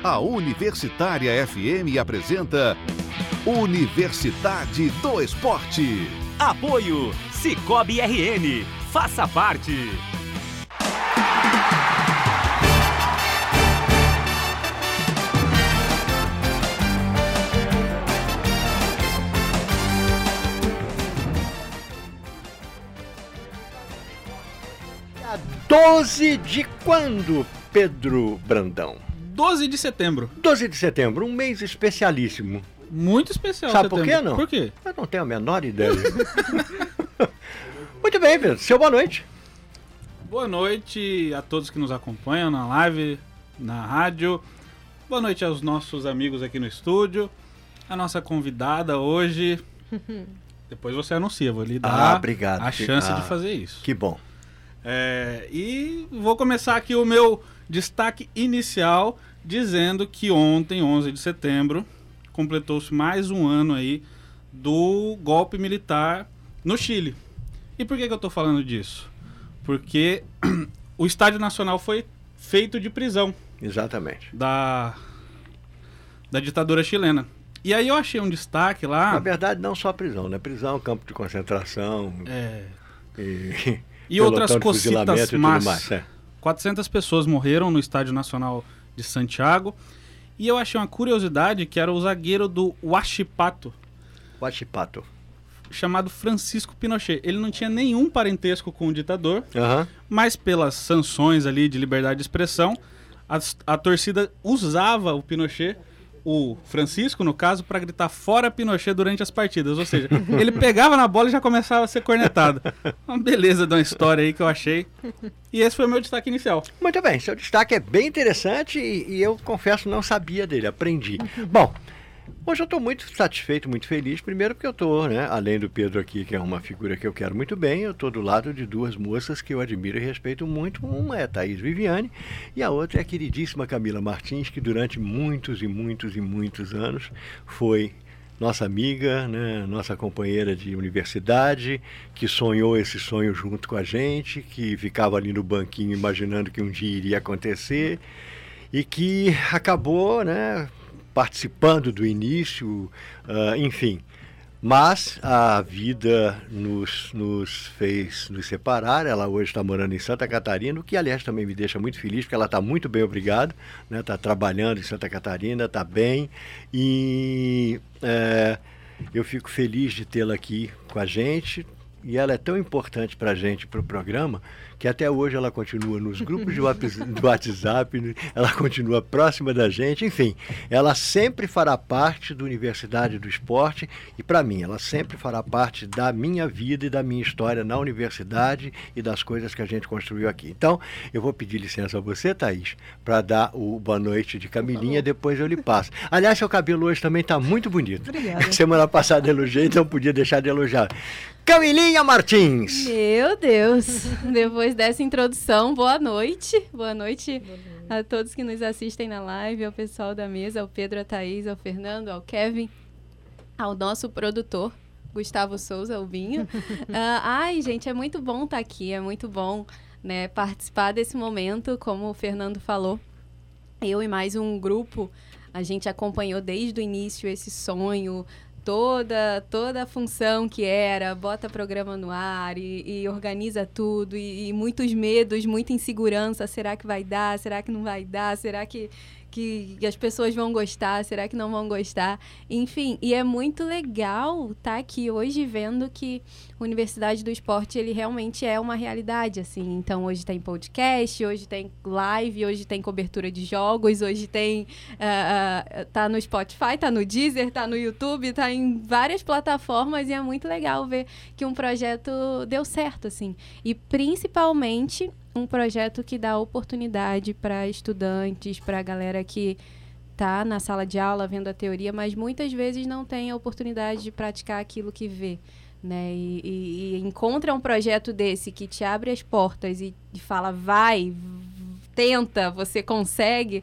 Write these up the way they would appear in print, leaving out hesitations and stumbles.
A Universitária FM apresenta Universidade do Esporte. Apoio Cicobi RN. Faça parte. Dia 12 de quando, Pedro Brandão? 12 de setembro. 12 de setembro, um mês especialíssimo. Muito especial. Sabe setembro. por quê, não? Por quê? Eu não tenho a menor ideia. Muito bem, Pedro. Seu boa noite. Boa noite a todos que nos acompanham na live, na rádio. Boa noite aos nossos amigos aqui no estúdio. A nossa convidada hoje... Depois você anuncia, vou lhe dar obrigado. a chance de fazer isso. Que bom. E vou começar aqui o meu destaque inicial dizendo que ontem, 11 de setembro, completou-se mais um ano aí do golpe militar no Chile. E por que eu estou falando disso? Porque o Estádio Nacional foi feito de prisão. Exatamente. Da ditadura chilena. E aí eu achei um destaque lá... Na verdade, não só prisão, né? Prisão, campo de concentração... E outras cocitas más. 400 pessoas morreram no Estádio Nacional de Santiago. E eu achei uma curiosidade que era o zagueiro do Huachipato, chamado Francisco Pinochet. Ele não tinha nenhum parentesco com o ditador, mas pelas sanções ali de liberdade de expressão, a torcida usava o Pinochet, o Francisco, no caso, para gritar fora Pinochet durante as partidas. Ou seja, ele pegava na bola e já começava a ser cornetado. Uma beleza de uma história aí que eu achei. E esse foi o meu destaque inicial. Muito bem, seu destaque é bem interessante e eu confesso não sabia dele, aprendi. Bom, hoje eu estou muito satisfeito, muito feliz. Primeiro porque eu estou, né, além do Pedro aqui, que é uma figura que eu quero muito bem, eu estou do lado de duas moças que eu admiro e respeito muito. Uma é a Thaís Viviane e a outra é a queridíssima Camila Martins, que durante muitos e muitos e muitos anos foi nossa amiga, né, nossa companheira de universidade, que sonhou esse sonho junto com a gente, que ficava ali no banquinho imaginando que um dia iria acontecer e que acabou, né, participando do início, enfim. Mas a vida nos fez nos separar. Ela hoje está morando em Santa Catarina, o que, aliás, também me deixa muito feliz, porque ela está muito bem, obrigado. Né? Está trabalhando em Santa Catarina, está bem. E eu fico feliz de tê-la aqui com a gente. E ela é tão importante para a gente, para o programa, que até hoje ela continua nos grupos do WhatsApp, ela continua próxima da gente, enfim, ela sempre fará parte da Universidade do Esporte e, para mim, ela sempre fará parte da minha vida e da minha história na universidade e das coisas que a gente construiu aqui. Então, eu vou pedir licença a você, Thaís, para dar o boa noite de Camilinha, depois eu lhe passo. Aliás, seu cabelo hoje também está muito bonito. Obrigada. Semana passada elogiei, então podia deixar de elogiar. Camilinha Martins. Meu Deus, depois dessa introdução, boa noite. Boa noite a todos que nos assistem na live, ao pessoal da mesa, ao Pedro, a Thaís, ao Fernando, ao Kevin, ao nosso produtor, Gustavo Souza, o Binho. Ai, gente, é muito bom estar aqui, é muito bom, né, participar desse momento, como o Fernando falou. Eu e mais um grupo, a gente acompanhou desde o início esse sonho, toda a função que era, bota programa no ar e organiza tudo, e muitos medos, muita insegurança, será que vai dar, será que não vai dar, será que as pessoas vão gostar, será que não vão gostar, enfim, e é muito legal estar aqui hoje vendo que a Universidade do Esporte, ele realmente é uma realidade, assim, então hoje tem podcast, hoje tem live, hoje tem cobertura de jogos, hoje tem, tá no Spotify, tá no Deezer, tá no YouTube, tá em várias plataformas, e é muito legal ver que um projeto deu certo, assim, e principalmente um projeto que dá oportunidade para estudantes, para a galera que está na sala de aula vendo a teoria, mas muitas vezes não tem a oportunidade de praticar aquilo que vê, né? E encontra um projeto desse que te abre as portas e fala, vai, tenta, você consegue.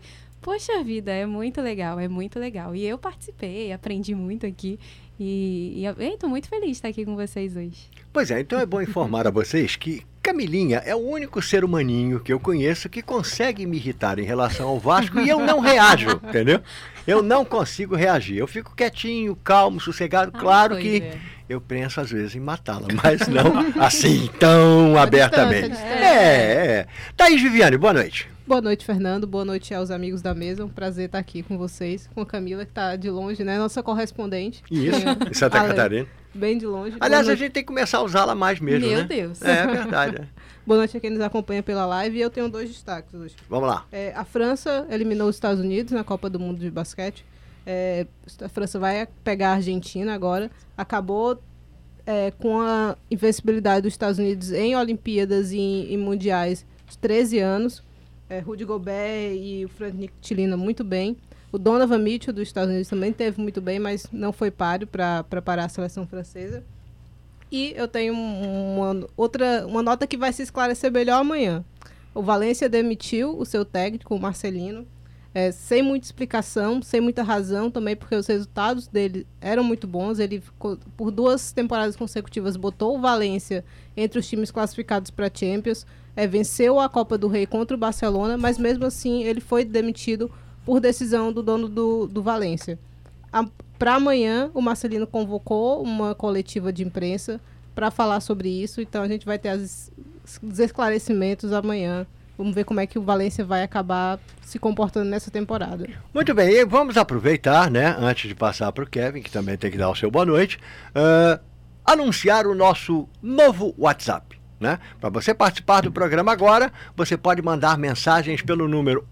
Poxa vida, é muito legal, é muito legal. E eu participei, aprendi muito aqui. E estou muito feliz de estar aqui com vocês hoje. Pois é, então é bom informar a vocês que Camilinha é o único ser humaninho que eu conheço que consegue me irritar em relação ao Vasco e eu não reajo, entendeu? Eu não consigo reagir. Eu fico quietinho, calmo, sossegado. Claro que eu penso às vezes em matá-la, mas não assim tão abertamente. Thaís Viviane, boa noite. Boa noite, Fernando. Boa noite aos amigos da mesa. Um prazer estar aqui com vocês, com a Camila, que está de longe, né? Nossa correspondente. Isso, em Santa Catarina. Bem de longe. Aliás, a gente tem que começar a usá-la mais mesmo, né? Meu Deus. É verdade. Boa noite a quem nos acompanha pela live. E eu tenho 2 destaques hoje. Vamos lá. A França eliminou os Estados Unidos na Copa do Mundo de Basquete. A França vai pegar a Argentina agora. Acabou com a invencibilidade dos Estados Unidos em Olimpíadas e em Mundiais de 13 anos. Rudy Gobert e o Frank Ntilikina muito bem. O Donovan Mitchell dos Estados Unidos também teve muito bem, mas não foi páreo para parar a seleção francesa. E eu tenho uma nota que vai se esclarecer melhor amanhã. O Valência demitiu o seu técnico, o Marcelino, sem muita explicação, sem muita razão também, porque os resultados dele eram muito bons. Ele, por 2 temporadas consecutivas, botou o Valência entre os times classificados para a Champions, venceu a Copa do Rei contra o Barcelona, mas mesmo assim ele foi demitido por decisão do dono do Valência. Para amanhã, o Marcelino convocou uma coletiva de imprensa para falar sobre isso, então a gente vai ter os esclarecimentos amanhã. Vamos ver como é que o Valência vai acabar se comportando nessa temporada. Muito bem, e vamos aproveitar, né, antes de passar para o Kevin, que também tem que dar o seu boa noite, anunciar o nosso novo WhatsApp. Né? Para você participar do programa agora, você pode mandar mensagens pelo número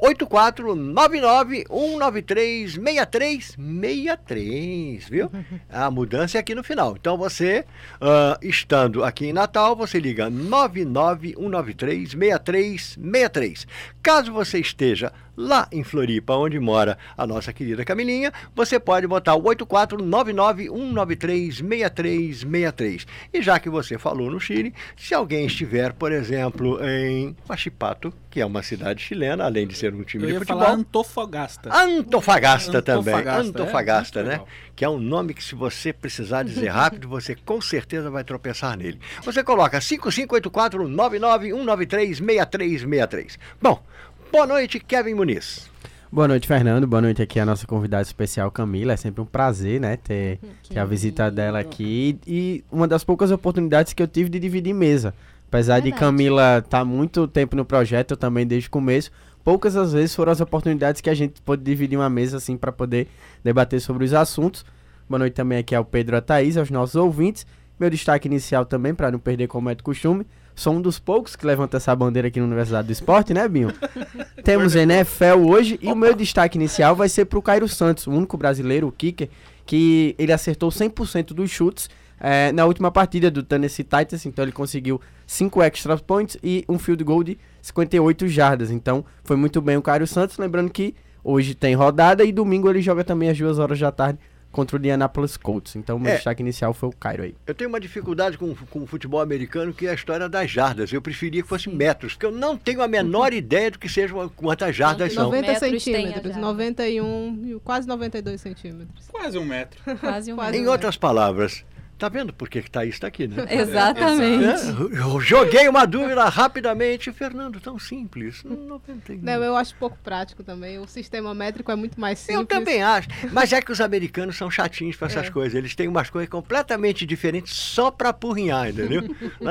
8499-193-6363, viu? A mudança é aqui no final. Então você, estando aqui em Natal, você liga 99193-6363. Caso você esteja lá em Floripa, onde mora a nossa querida Camilinha, você pode botar o 8499-193-6363. E já que você falou no Chile, se alguém estiver, por exemplo, em Huachipato, que é uma cidade chilena, além de ser um time de futebol. Falar Antofagasta. Antofagasta também. Antofagasta, né? Legal. Que é um nome que, se você precisar dizer rápido, você com certeza vai tropeçar nele. Você coloca 5584-99193-6363. Bom, boa noite, Kevin Muniz. Boa noite, Fernando. Boa noite aqui a nossa convidada especial, Camila. É sempre um prazer, né, ter a visita dela aqui. E uma das poucas oportunidades que eu tive de dividir mesa. Apesar de Camila estar muito tempo no projeto, eu também desde o começo, poucas às vezes foram as oportunidades que a gente pôde dividir uma mesa assim para poder debater sobre os assuntos. Boa noite também aqui ao Pedro e a Thaís, aos nossos ouvintes. Meu destaque inicial também, para não perder como é de costume. Sou um dos poucos que levanta essa bandeira aqui na Universidade do Esporte, né, Binho? Temos NFL hoje e o meu destaque inicial vai ser para o Cairo Santos, o único brasileiro, o kicker, que ele acertou 100% dos chutes na última partida do Tennessee Titans. Então ele conseguiu 5 extra points e um field goal de 58 jardas. Então foi muito bem o Cairo Santos, lembrando que hoje tem rodada e domingo ele joga também às 2h da tarde contra o Indianapolis Colts. Então o meu destaque inicial foi o Cairo aí. Eu tenho uma dificuldade com o futebol americano, que é a história das jardas. Eu preferia que fosse metros, porque eu não tenho a menor ideia do que sejam quantas jardas são. 90 centímetros, 91, quase 92 centímetros. Quase 1 metro. Quase 1 metro. Em outras palavras, tá vendo por que Thaís está aqui, né? Exatamente. Eu joguei uma dúvida rapidamente. Fernando, tão simples. 91. Não, eu acho pouco prático também. O sistema métrico é muito mais simples. Eu também acho. Mas é que os americanos são chatinhos para essas coisas. Eles têm umas coisas completamente diferentes só para apurrinhar, entendeu?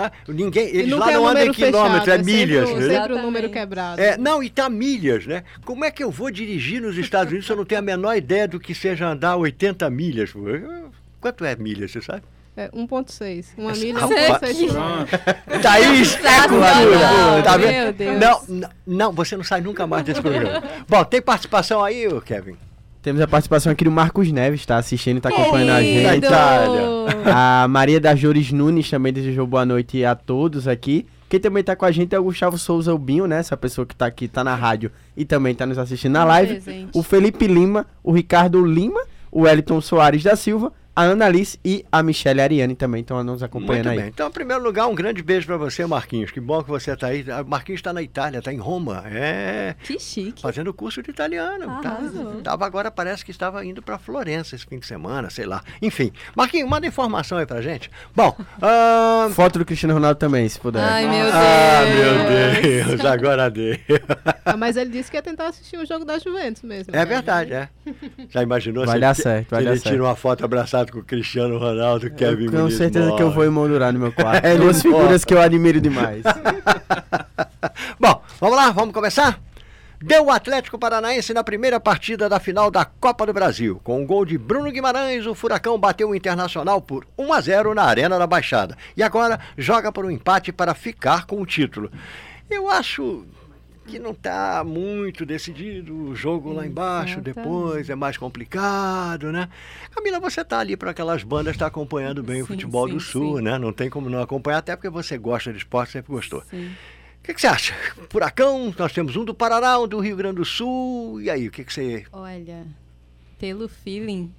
Eles lá não andam em quilômetros, é milhas. Sempre o número quebrado. Não, e tá milhas, né? Como é que eu vou dirigir nos Estados Unidos se eu não tenho a menor ideia do que seja andar 80 milhas? Quanto é milhas, você sabe? 1.6. Uma milha, Rapaz. 1.6. Thaís, cultura. Tá vendo? Meu Deus. Não, você não sai nunca mais desse programa. Bom, tem participação aí, Kevin? Temos a participação aqui do Marcos Neves, tá assistindo e tá acompanhando a gente. Da Itália. A Maria da Jores Nunes também desejou boa noite a todos aqui. Quem também tá com a gente é o Gustavo Souza Ubinho, né? Essa pessoa que tá aqui, tá na rádio e também tá nos assistindo na live. Presente. O Felipe Lima, o Ricardo Lima, o Wellington Soares da Silva, a Annalise e a Michelle Ariane também estão nos acompanhando Muito aí. bem. Então, em primeiro lugar, um grande beijo para você, Marquinhos. Que bom que você está aí. Marquinhos está na Itália, está em Roma. Que chique. Fazendo curso de italiano. Tava agora, parece que estava indo para Florença esse fim de semana, sei lá. Enfim, Marquinhos, manda informação aí pra gente. Bom, foto do Cristiano Ronaldo também, se puder. Ai, meu Deus. Meu Deus, agora deu. Mas ele disse que ia tentar assistir o jogo da Juventus mesmo. É verdade, é. Já imaginou vai se dar certo, vai dar ele certo. tira uma foto abraçado com o Cristiano Ronaldo, Kevin Muniz? Com certeza que eu vou emoldurar no meu quarto. Ele Duas figuras que eu admiro demais. Bom, vamos lá, vamos começar? Deu o Atlético Paranaense na primeira partida da final da Copa do Brasil. Com o gol de Bruno Guimarães, o Furacão bateu o Internacional por 1-0 na Arena da Baixada. E agora joga por um empate para ficar com o título. Eu acho que não está muito decidido o jogo lá embaixo, depois é mais complicado, né? Camila, você está ali para aquelas bandas, está acompanhando bem o futebol do Sul, né? Não tem como não acompanhar, até porque você gosta de esporte, sempre gostou. Sim. O que você acha? Furacão, nós temos um do Paraná, um do Rio Grande do Sul, e aí, o que você... Olha, pelo feeling...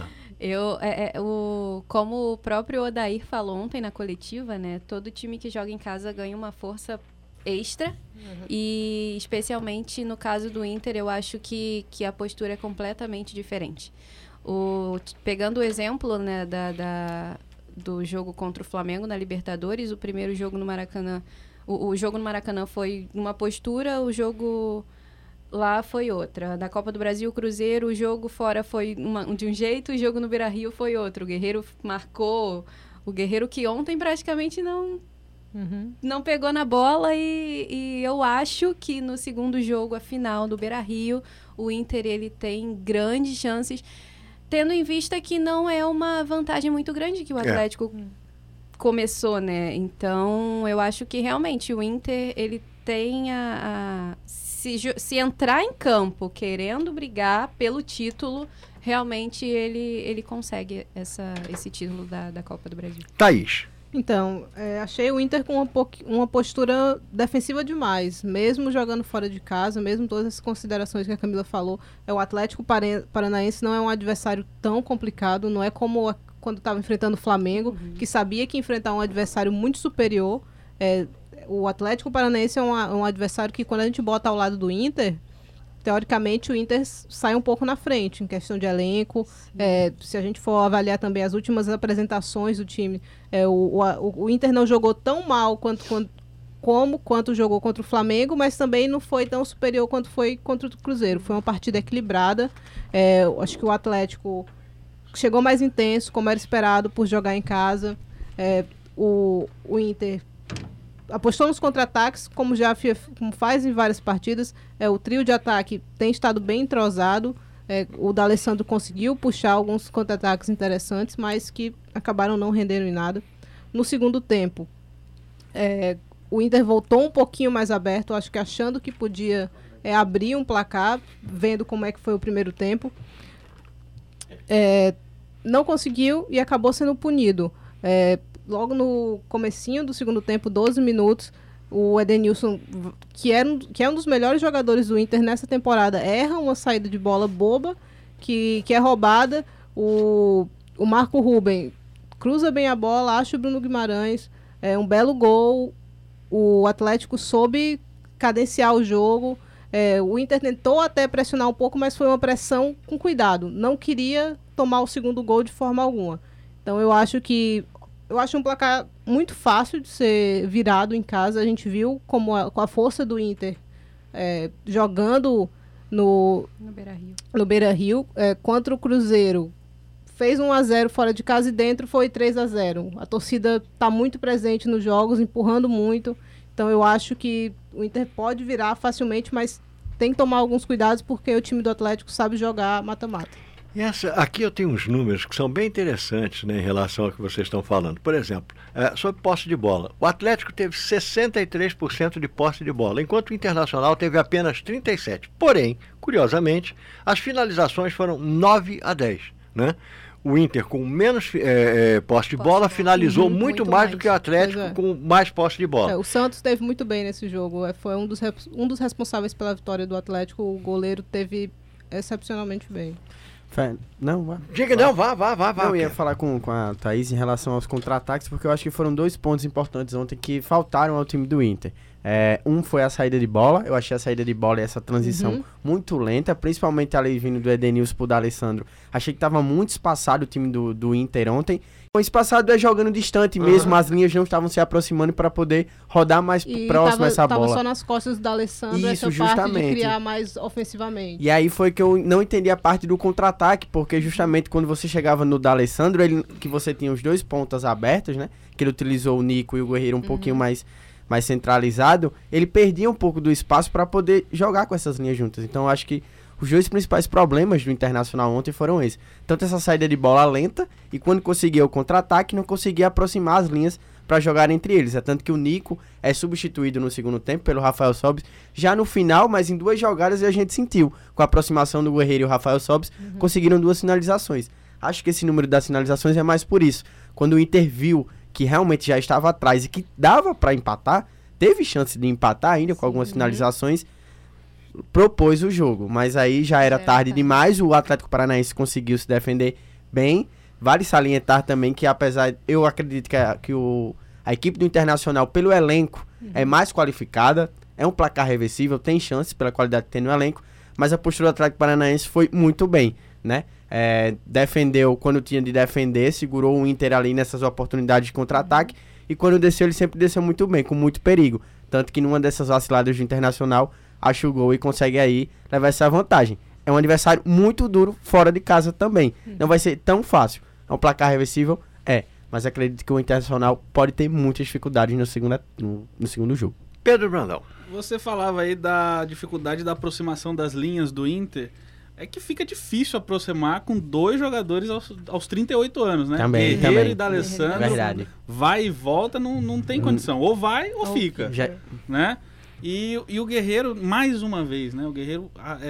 Ah. Como o próprio Odair falou ontem na coletiva, né? Todo time que joga em casa ganha uma força extra. E especialmente no caso do Inter, eu acho que a postura é completamente diferente. Pegando o exemplo, né, do jogo contra o Flamengo na Libertadores, o primeiro jogo no Maracanã... O jogo no Maracanã foi uma postura, o jogo lá foi outra. Na Copa do Brasil, o Cruzeiro, o jogo fora foi de um jeito, o jogo no Beira-Rio foi outro. O Guerreiro marcou, o Guerreiro que ontem praticamente não pegou na bola e eu acho que no segundo jogo, a final do Beira-Rio, o Inter ele tem grandes chances, tendo em vista que não é uma vantagem muito grande que o Atlético... começou, né? Então, eu acho que realmente o Inter, ele tem se entrar em campo querendo brigar pelo título, realmente ele consegue esse título da Copa do Brasil. Thaís. Então, achei o Inter com uma postura defensiva demais, mesmo jogando fora de casa, mesmo todas as considerações que a Camila falou. O Atlético Paranaense não é um adversário tão complicado, não é como quando estava enfrentando o Flamengo, que sabia que enfrentar um adversário muito superior. O Atlético Paranaense é um adversário que, quando a gente bota ao lado do Inter, teoricamente o Inter sai um pouco na frente, em questão de elenco. Se a gente for avaliar também as últimas apresentações do time, o Inter não jogou tão mal quanto jogou contra o Flamengo, mas também não foi tão superior quanto foi contra o Cruzeiro. Foi uma partida equilibrada. Acho que o Atlético chegou mais intenso, como era esperado, por jogar em casa. O Inter apostou nos contra-ataques, como faz em várias partidas. O trio de ataque tem estado bem entrosado. O D'Alessandro conseguiu puxar alguns contra-ataques interessantes, mas que acabaram não rendendo em nada. No segundo tempo, o Inter voltou um pouquinho mais aberto, acho que achando que podia abrir um placar, vendo como é que foi o primeiro tempo. Não conseguiu e acabou sendo punido. Logo no comecinho do segundo tempo, 12 minutos, o Edenilson, que é um dos melhores jogadores do Inter nessa temporada, erra uma saída de bola boba, que é roubada. O Marco Ruben cruza bem a bola, acha o Bruno Guimarães, um belo gol. O Atlético soube cadenciar o jogo. O Inter tentou até pressionar um pouco, mas foi uma pressão com cuidado. Não queria tomar o segundo gol de forma alguma. Então eu acho um placar muito fácil de ser virado em casa. A gente viu com a força do Inter jogando no Beira-Rio. Contra o Cruzeiro, fez 1-0 fora de casa e dentro foi 3-0. A torcida está muito presente nos jogos, empurrando muito. Então eu acho que o Inter pode virar facilmente, mas tem que tomar alguns cuidados porque o time do Atlético sabe jogar mata-mata. Aqui eu tenho uns números que são bem interessantes, né, em relação ao que vocês estão falando. Por exemplo, sobre posse de bola. O Atlético teve 63% de posse de bola, enquanto o Internacional teve apenas 37%. Porém, curiosamente, as finalizações foram 9-10, né? O Inter, com menos posse de bola, finalizou muito mais do que o Atlético com mais posse de bola. O Santos teve muito bem nesse jogo. Foi um dos responsáveis pela vitória do Atlético. O goleiro teve excepcionalmente bem. Não, vá. Diga, não, vá. Eu ia falar com a Thaís em relação aos contra-ataques, porque eu acho que foram 2 pontos importantes ontem que faltaram ao time do Inter. Um foi a saída de bola, eu achei a saída de bola e essa transição muito lenta, principalmente ali vindo do Edenilson pro D'Alessandro. Achei que estava muito espaçado o time do Inter ontem. O espaçado é jogando distante mesmo, as linhas não estavam se aproximando para poder rodar mais próximo essa bola. Tava só nas costas do D'Alessandro, isso, essa justamente. parte de criar mais ofensivamente. E aí foi que eu não entendi a parte do contra-ataque, porque justamente quando você chegava no D'Alessandro, que você tinha os 2 pontas abertas, né? Que ele utilizou o Nico e o Guerreiro um pouquinho mais centralizado, ele perdia um pouco do espaço para poder jogar com essas linhas juntas. Então eu acho que os 2 principais problemas do Internacional ontem foram esses. Tanto essa saída de bola lenta e quando conseguia o contra-ataque, não conseguia aproximar as linhas para jogar entre eles. É tanto que o Nico é substituído no segundo tempo pelo Rafael Sobis já no final, mas em 2 jogadas a gente sentiu. Com a aproximação do Guerreiro e o Rafael Sobis, conseguiram 2 finalizações. Acho que esse número das finalizações é mais por isso. Quando o Inter viu que realmente já estava atrás e que dava para empatar, teve chance de empatar ainda com algumas finalizações, propôs o jogo, mas aí já era tarde demais. O Atlético Paranaense conseguiu se defender bem. Vale salientar também que, apesar, eu acredito que a equipe do Internacional, pelo elenco, é mais qualificada, é um placar reversível, tem chance pela qualidade que tem no elenco, mas a postura do Atlético Paranaense foi muito bem, né? Defendeu quando tinha de defender, segurou o Inter ali nessas oportunidades de contra-ataque, e quando desceu, ele sempre desceu muito bem, com muito perigo. Tanto que numa dessas vaciladas do Internacional, acha o gol e consegue aí levar essa vantagem. É um adversário muito duro fora de casa também. Não vai ser tão fácil. É um placar reversível? Mas acredito que o Internacional pode ter muitas dificuldades no segundo jogo. Pedro Brandão. Você falava aí da dificuldade da aproximação das linhas do Inter. É que fica difícil aproximar com 2 jogadores aos 38 anos, né? Também. Guerreiro e D'Alessandro. Verdade. Vai e volta, não tem condição. Ou vai ou fica. Né? E o Guerreiro, mais uma vez, né? O Guerreiro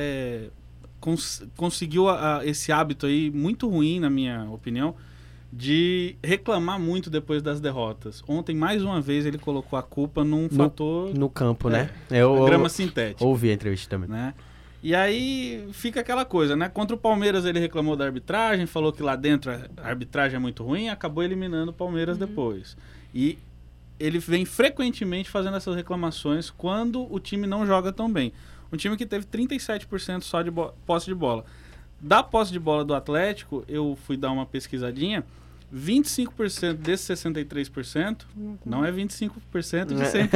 conseguiu esse hábito aí muito ruim, na minha opinião, de reclamar muito depois das derrotas. Ontem, mais uma vez, ele colocou a culpa num fator... No campo, né? Grama sintética. Ouvi a entrevista também. Né? E aí fica aquela coisa, né? Contra o Palmeiras ele reclamou da arbitragem, falou que lá dentro a arbitragem é muito ruim, acabou eliminando o Palmeiras depois. E ele vem frequentemente fazendo essas reclamações quando o time não joga tão bem. Um time que teve 37% só de posse de bola. Da posse de bola do Atlético, eu fui dar uma pesquisadinha, 25% desses 63% não é 25% de 100%.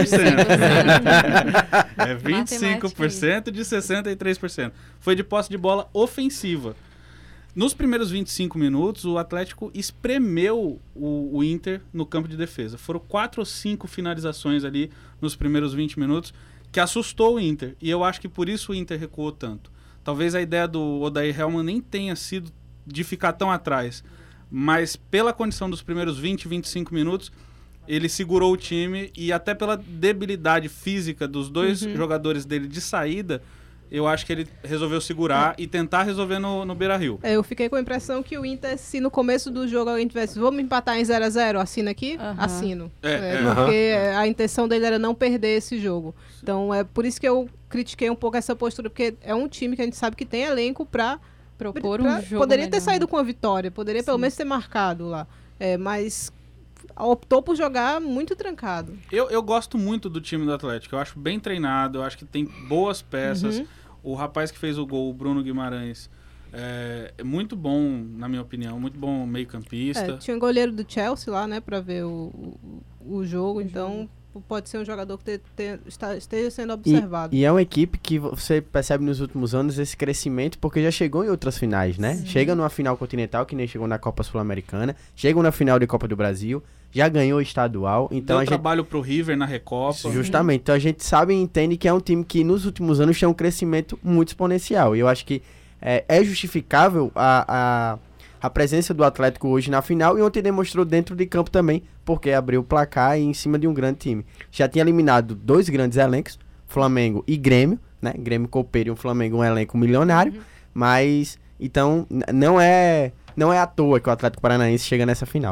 É 25% de 63%. Foi de posse de bola ofensiva. Nos primeiros 25 minutos, o Atlético espremeu o Inter no campo de defesa. Foram 4 ou 5 finalizações ali nos primeiros 20 minutos que assustou o Inter. E eu acho que por isso o Inter recuou tanto. Talvez a ideia do Odair Hellmann nem tenha sido de ficar tão atrás. Mas pela condição dos primeiros 20, 25 minutos, ele segurou o time e até pela debilidade física dos 2 jogadores dele de saída, eu acho que ele resolveu segurar e tentar resolver no Beira-Rio. Eu fiquei com a impressão que o Inter, se no começo do jogo alguém tivesse, vamos empatar em 0-0, assina aqui? Assino. Porque a intenção dele era não perder esse jogo. Então é por isso que eu critiquei um pouco essa postura, porque é um time que a gente sabe que tem elenco para propor um jogo. Poderia ter saído com a vitória, poderia pelo menos ter marcado lá. Mas optou por jogar muito trancado. Eu gosto muito do time do Atlético, eu acho bem treinado, eu acho que tem boas peças. O rapaz que fez o gol, o Bruno Guimarães, é muito bom, na minha opinião, muito bom meio-campista. Tinha um goleiro do Chelsea lá, né, pra ver o jogo, então pode ser um jogador que esteja sendo observado. E é uma equipe que você percebe nos últimos anos esse crescimento, porque já chegou em outras finais, né? Sim. Chega numa final continental, que nem chegou na Copa Sul-Americana, chega na final de Copa do Brasil, já ganhou estadual. Então deu trabalho pro River na Recopa. Justamente. Então a gente sabe e entende que é um time que nos últimos anos tem um crescimento muito exponencial. E eu acho que é justificável a presença do Atlético hoje na final, e ontem demonstrou dentro de campo também, porque abriu o placar e em cima de um grande time. Já tinha eliminado 2 grandes elencos, Flamengo e Grêmio, né? Grêmio Copeiro e o Flamengo um elenco milionário, mas então não é à toa que o Atlético Paranaense chega nessa final, né?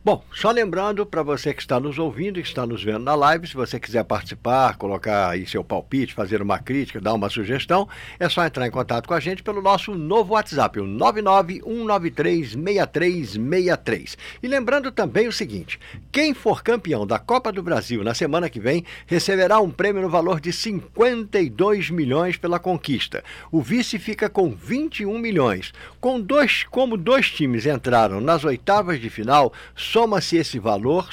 Bom, só lembrando para você que está nos ouvindo e que está nos vendo na live, se você quiser participar, colocar aí seu palpite, fazer uma crítica, dar uma sugestão, é só entrar em contato com a gente pelo nosso novo WhatsApp, o 991936363. E lembrando também o seguinte, quem for campeão da Copa do Brasil na semana que vem, receberá um prêmio no valor de 52 milhões pela conquista. O vice fica com 21 milhões. Como dois times entraram nas oitavas de final, soma-se a esse valor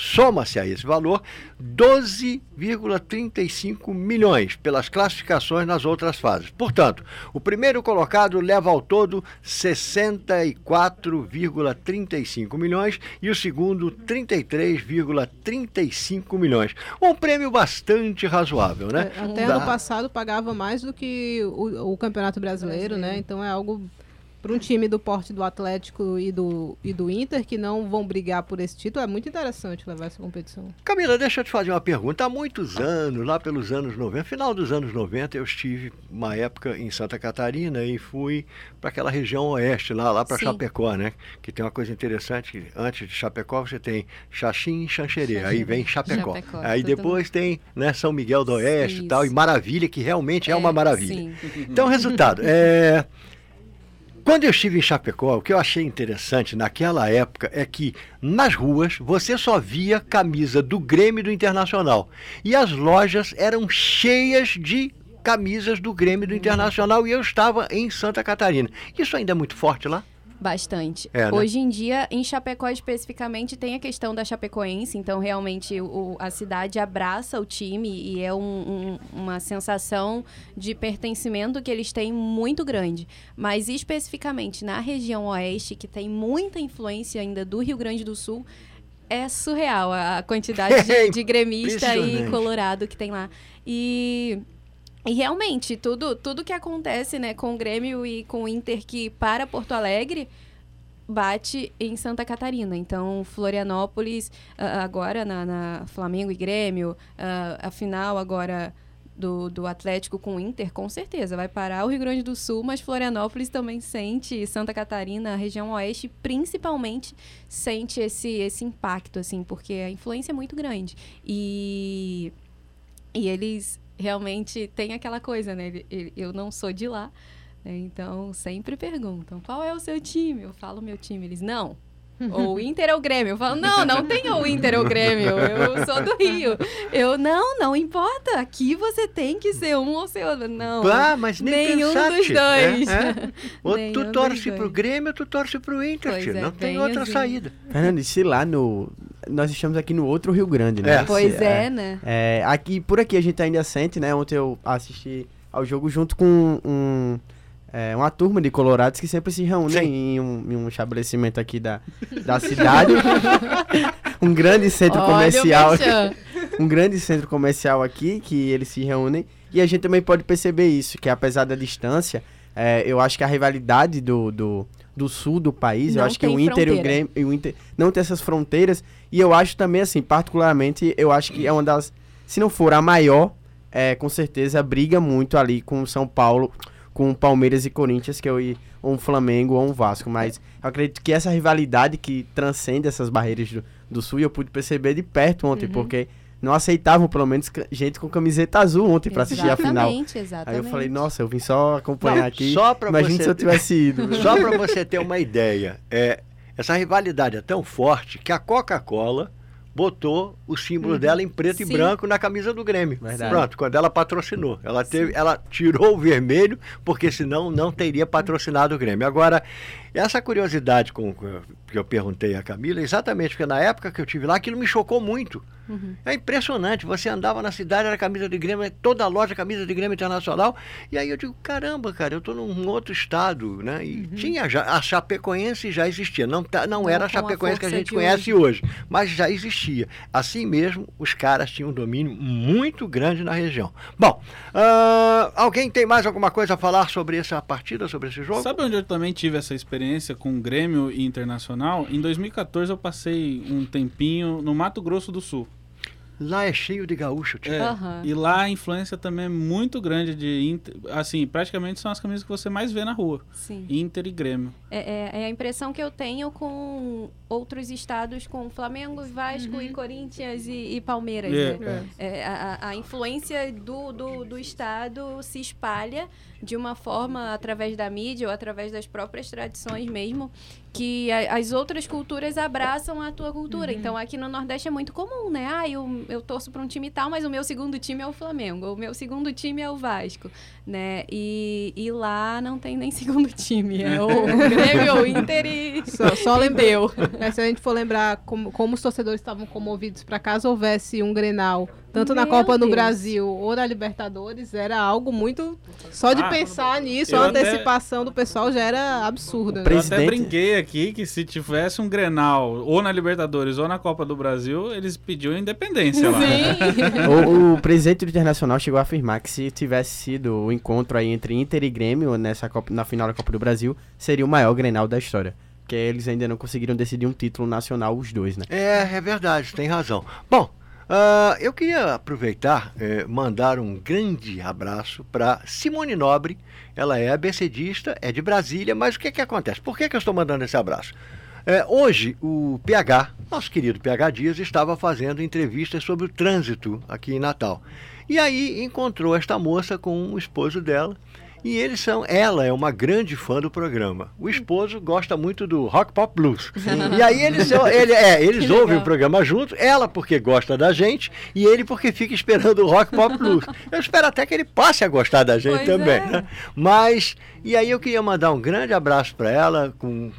12,35 milhões pelas classificações nas outras fases. Portanto, o primeiro colocado leva ao todo 64,35 milhões e o segundo 33,35 milhões. Um prêmio bastante razoável, né? Até ano passado pagava mais do que o Campeonato Brasileiro, né? Então é algo para um time do porte do Atlético e do Inter, que não vão brigar por esse título, é muito interessante levar essa competição. Camila, deixa eu te fazer uma pergunta. Há muitos anos, lá pelos anos 90, final dos anos 90, eu estive uma época em Santa Catarina e fui para aquela região oeste, lá para Chapecó, né? Que tem uma coisa interessante, que antes de Chapecó você tem Xaxim e Xanxerê, aí vem Chapecó. Aí depois tem, né, São Miguel do Oeste e tal, e Maravilha, que realmente é uma maravilha. Sim. Então, resultado, quando eu estive em Chapecó, o que eu achei interessante naquela época é que nas ruas você só via camisa do Grêmio e do Internacional. E as lojas eram cheias de camisas do Grêmio e do Internacional e eu estava em Santa Catarina. Isso ainda é muito forte lá? Bastante. Né? Hoje em dia, em Chapecó especificamente, tem a questão da Chapecoense, então realmente a cidade abraça o time e é uma sensação de pertencimento que eles têm muito grande. Mas especificamente na região oeste, que tem muita influência ainda do Rio Grande do Sul, é surreal a quantidade de gremista e colorado que tem lá. E realmente, tudo que acontece, né, com o Grêmio e com o Inter que para Porto Alegre, bate em Santa Catarina. Então, Florianópolis, agora na Flamengo e Grêmio, a final agora do Atlético com o Inter, com certeza, vai parar o Rio Grande do Sul, mas Florianópolis também sente, Santa Catarina, a região oeste, principalmente, sente esse impacto, assim, porque a influência é muito grande. E eles realmente tem aquela coisa, né? Eu não sou de lá, né? Então sempre perguntam, qual é o seu time? Eu falo meu time, eles, não. Ou o Inter ou o Grêmio. Eu falo, não tem o Inter ou o Grêmio, eu sou do Rio. Não importa, aqui você tem que ser um ou ser outro. Não, mas nem nenhum pensate, dos dois. Ou tu torce pro Grêmio ou tu torce pro Inter, não tem outra saída. Fernando, e se lá nós estamos aqui no outro Rio Grande, né? Pois né? Por aqui a gente ainda sente, né? Ontem eu assisti ao jogo junto com uma turma de colorados que sempre se reúnem em um estabelecimento aqui da cidade. Um grande centro comercial. Um grande centro comercial aqui, que eles se reúnem. E a gente também pode perceber isso, que apesar da distância, eu acho que a rivalidade do sul do país, eu acho que o Inter e o Grêmio, o Inter não tem essas fronteiras. E eu acho também, assim, particularmente, eu acho que é uma das, se não for a maior, com certeza briga muito ali com o São Paulo, com Palmeiras e Corinthians, ou um Flamengo ou um Vasco, mas eu acredito que essa rivalidade que transcende essas barreiras do Sul, eu pude perceber de perto ontem, porque não aceitavam pelo menos gente com camiseta azul ontem para assistir a final. Exatamente. Aí eu falei, nossa, eu vim só acompanhar aqui, imagina se eu tivesse ido. Só para você ter uma ideia, essa rivalidade é tão forte que a Coca-Cola botou o símbolo dela em preto e branco na camisa do Grêmio. Verdade. Pronto, quando ela patrocinou. Ela tirou o vermelho, porque senão não teria patrocinado o Grêmio. Agora, essa curiosidade que eu perguntei a Camila, exatamente porque na época que eu estive lá, aquilo me chocou muito. É impressionante, você andava na cidade, era camisa de Grêmio, toda loja camisa de Grêmio Internacional, e aí eu digo, caramba, cara, eu estou num outro estado, né? E tinha a Chapecoense já existia, não era a Chapecoense que a gente conhece hoje, mas já existia. Assim mesmo, os caras tinham um domínio muito grande na região. Bom, alguém tem mais alguma coisa a falar sobre essa partida, sobre esse jogo? Sabe onde eu também tive essa experiência com Grêmio e Internacional? Em 2014 eu passei um tempinho no Mato Grosso do Sul. Lá é cheio de gaúcho, tio. E lá a influência também é muito grande de Inter, assim, praticamente são as camisas que você mais vê na rua. Sim. Inter e Grêmio. É a impressão que eu tenho com outros estados, com Flamengo, Vasco e Corinthians e Palmeiras. Né? A influência do estado se espalha de uma forma através da mídia ou através das próprias tradições mesmo, que as outras culturas abraçam a tua cultura. Então, aqui no Nordeste é muito comum, né? Eu torço para um time tal, mas o meu segundo time é o Flamengo, ou o meu segundo time é o Vasco, né? E lá não tem nem segundo time, é o Grêmio, o Inter e... Só lembreu. Se a gente for lembrar como os torcedores estavam comovidos para caso houvesse um Grenal, tanto na Copa do Brasil ou na Libertadores, era algo muito... Só de pensar nisso, a antecipação do pessoal já era absurda. Eu até brinquei aqui que se tivesse um Grenal ou na Libertadores ou na Copa do Brasil, eles pediam independência lá. O presidente do Internacional chegou a afirmar que se tivesse sido o encontro aí entre Inter e Grêmio na final da Copa do Brasil, seria o maior Grenal da história. Porque eles ainda não conseguiram decidir um título nacional, os dois, né? É verdade, tem razão. Bom, eu queria aproveitar, mandar um grande abraço para Simone Nobre. Ela é abecedista, é de Brasília, mas o que acontece? Por que eu estou mandando esse abraço? Hoje, o PH, nosso querido PH Dias, estava fazendo entrevistas sobre o trânsito aqui em Natal. E aí encontrou esta moça com o esposo dela. E ela é uma grande fã do programa. O esposo gosta muito do Rock Pop Blues. E aí eles ouvem o programa junto, ela porque gosta da gente e ele porque fica esperando o Rock Pop Blues. Eu espero até que ele passe a gostar da gente também, né? Mas, e aí eu queria mandar um grande abraço para ela,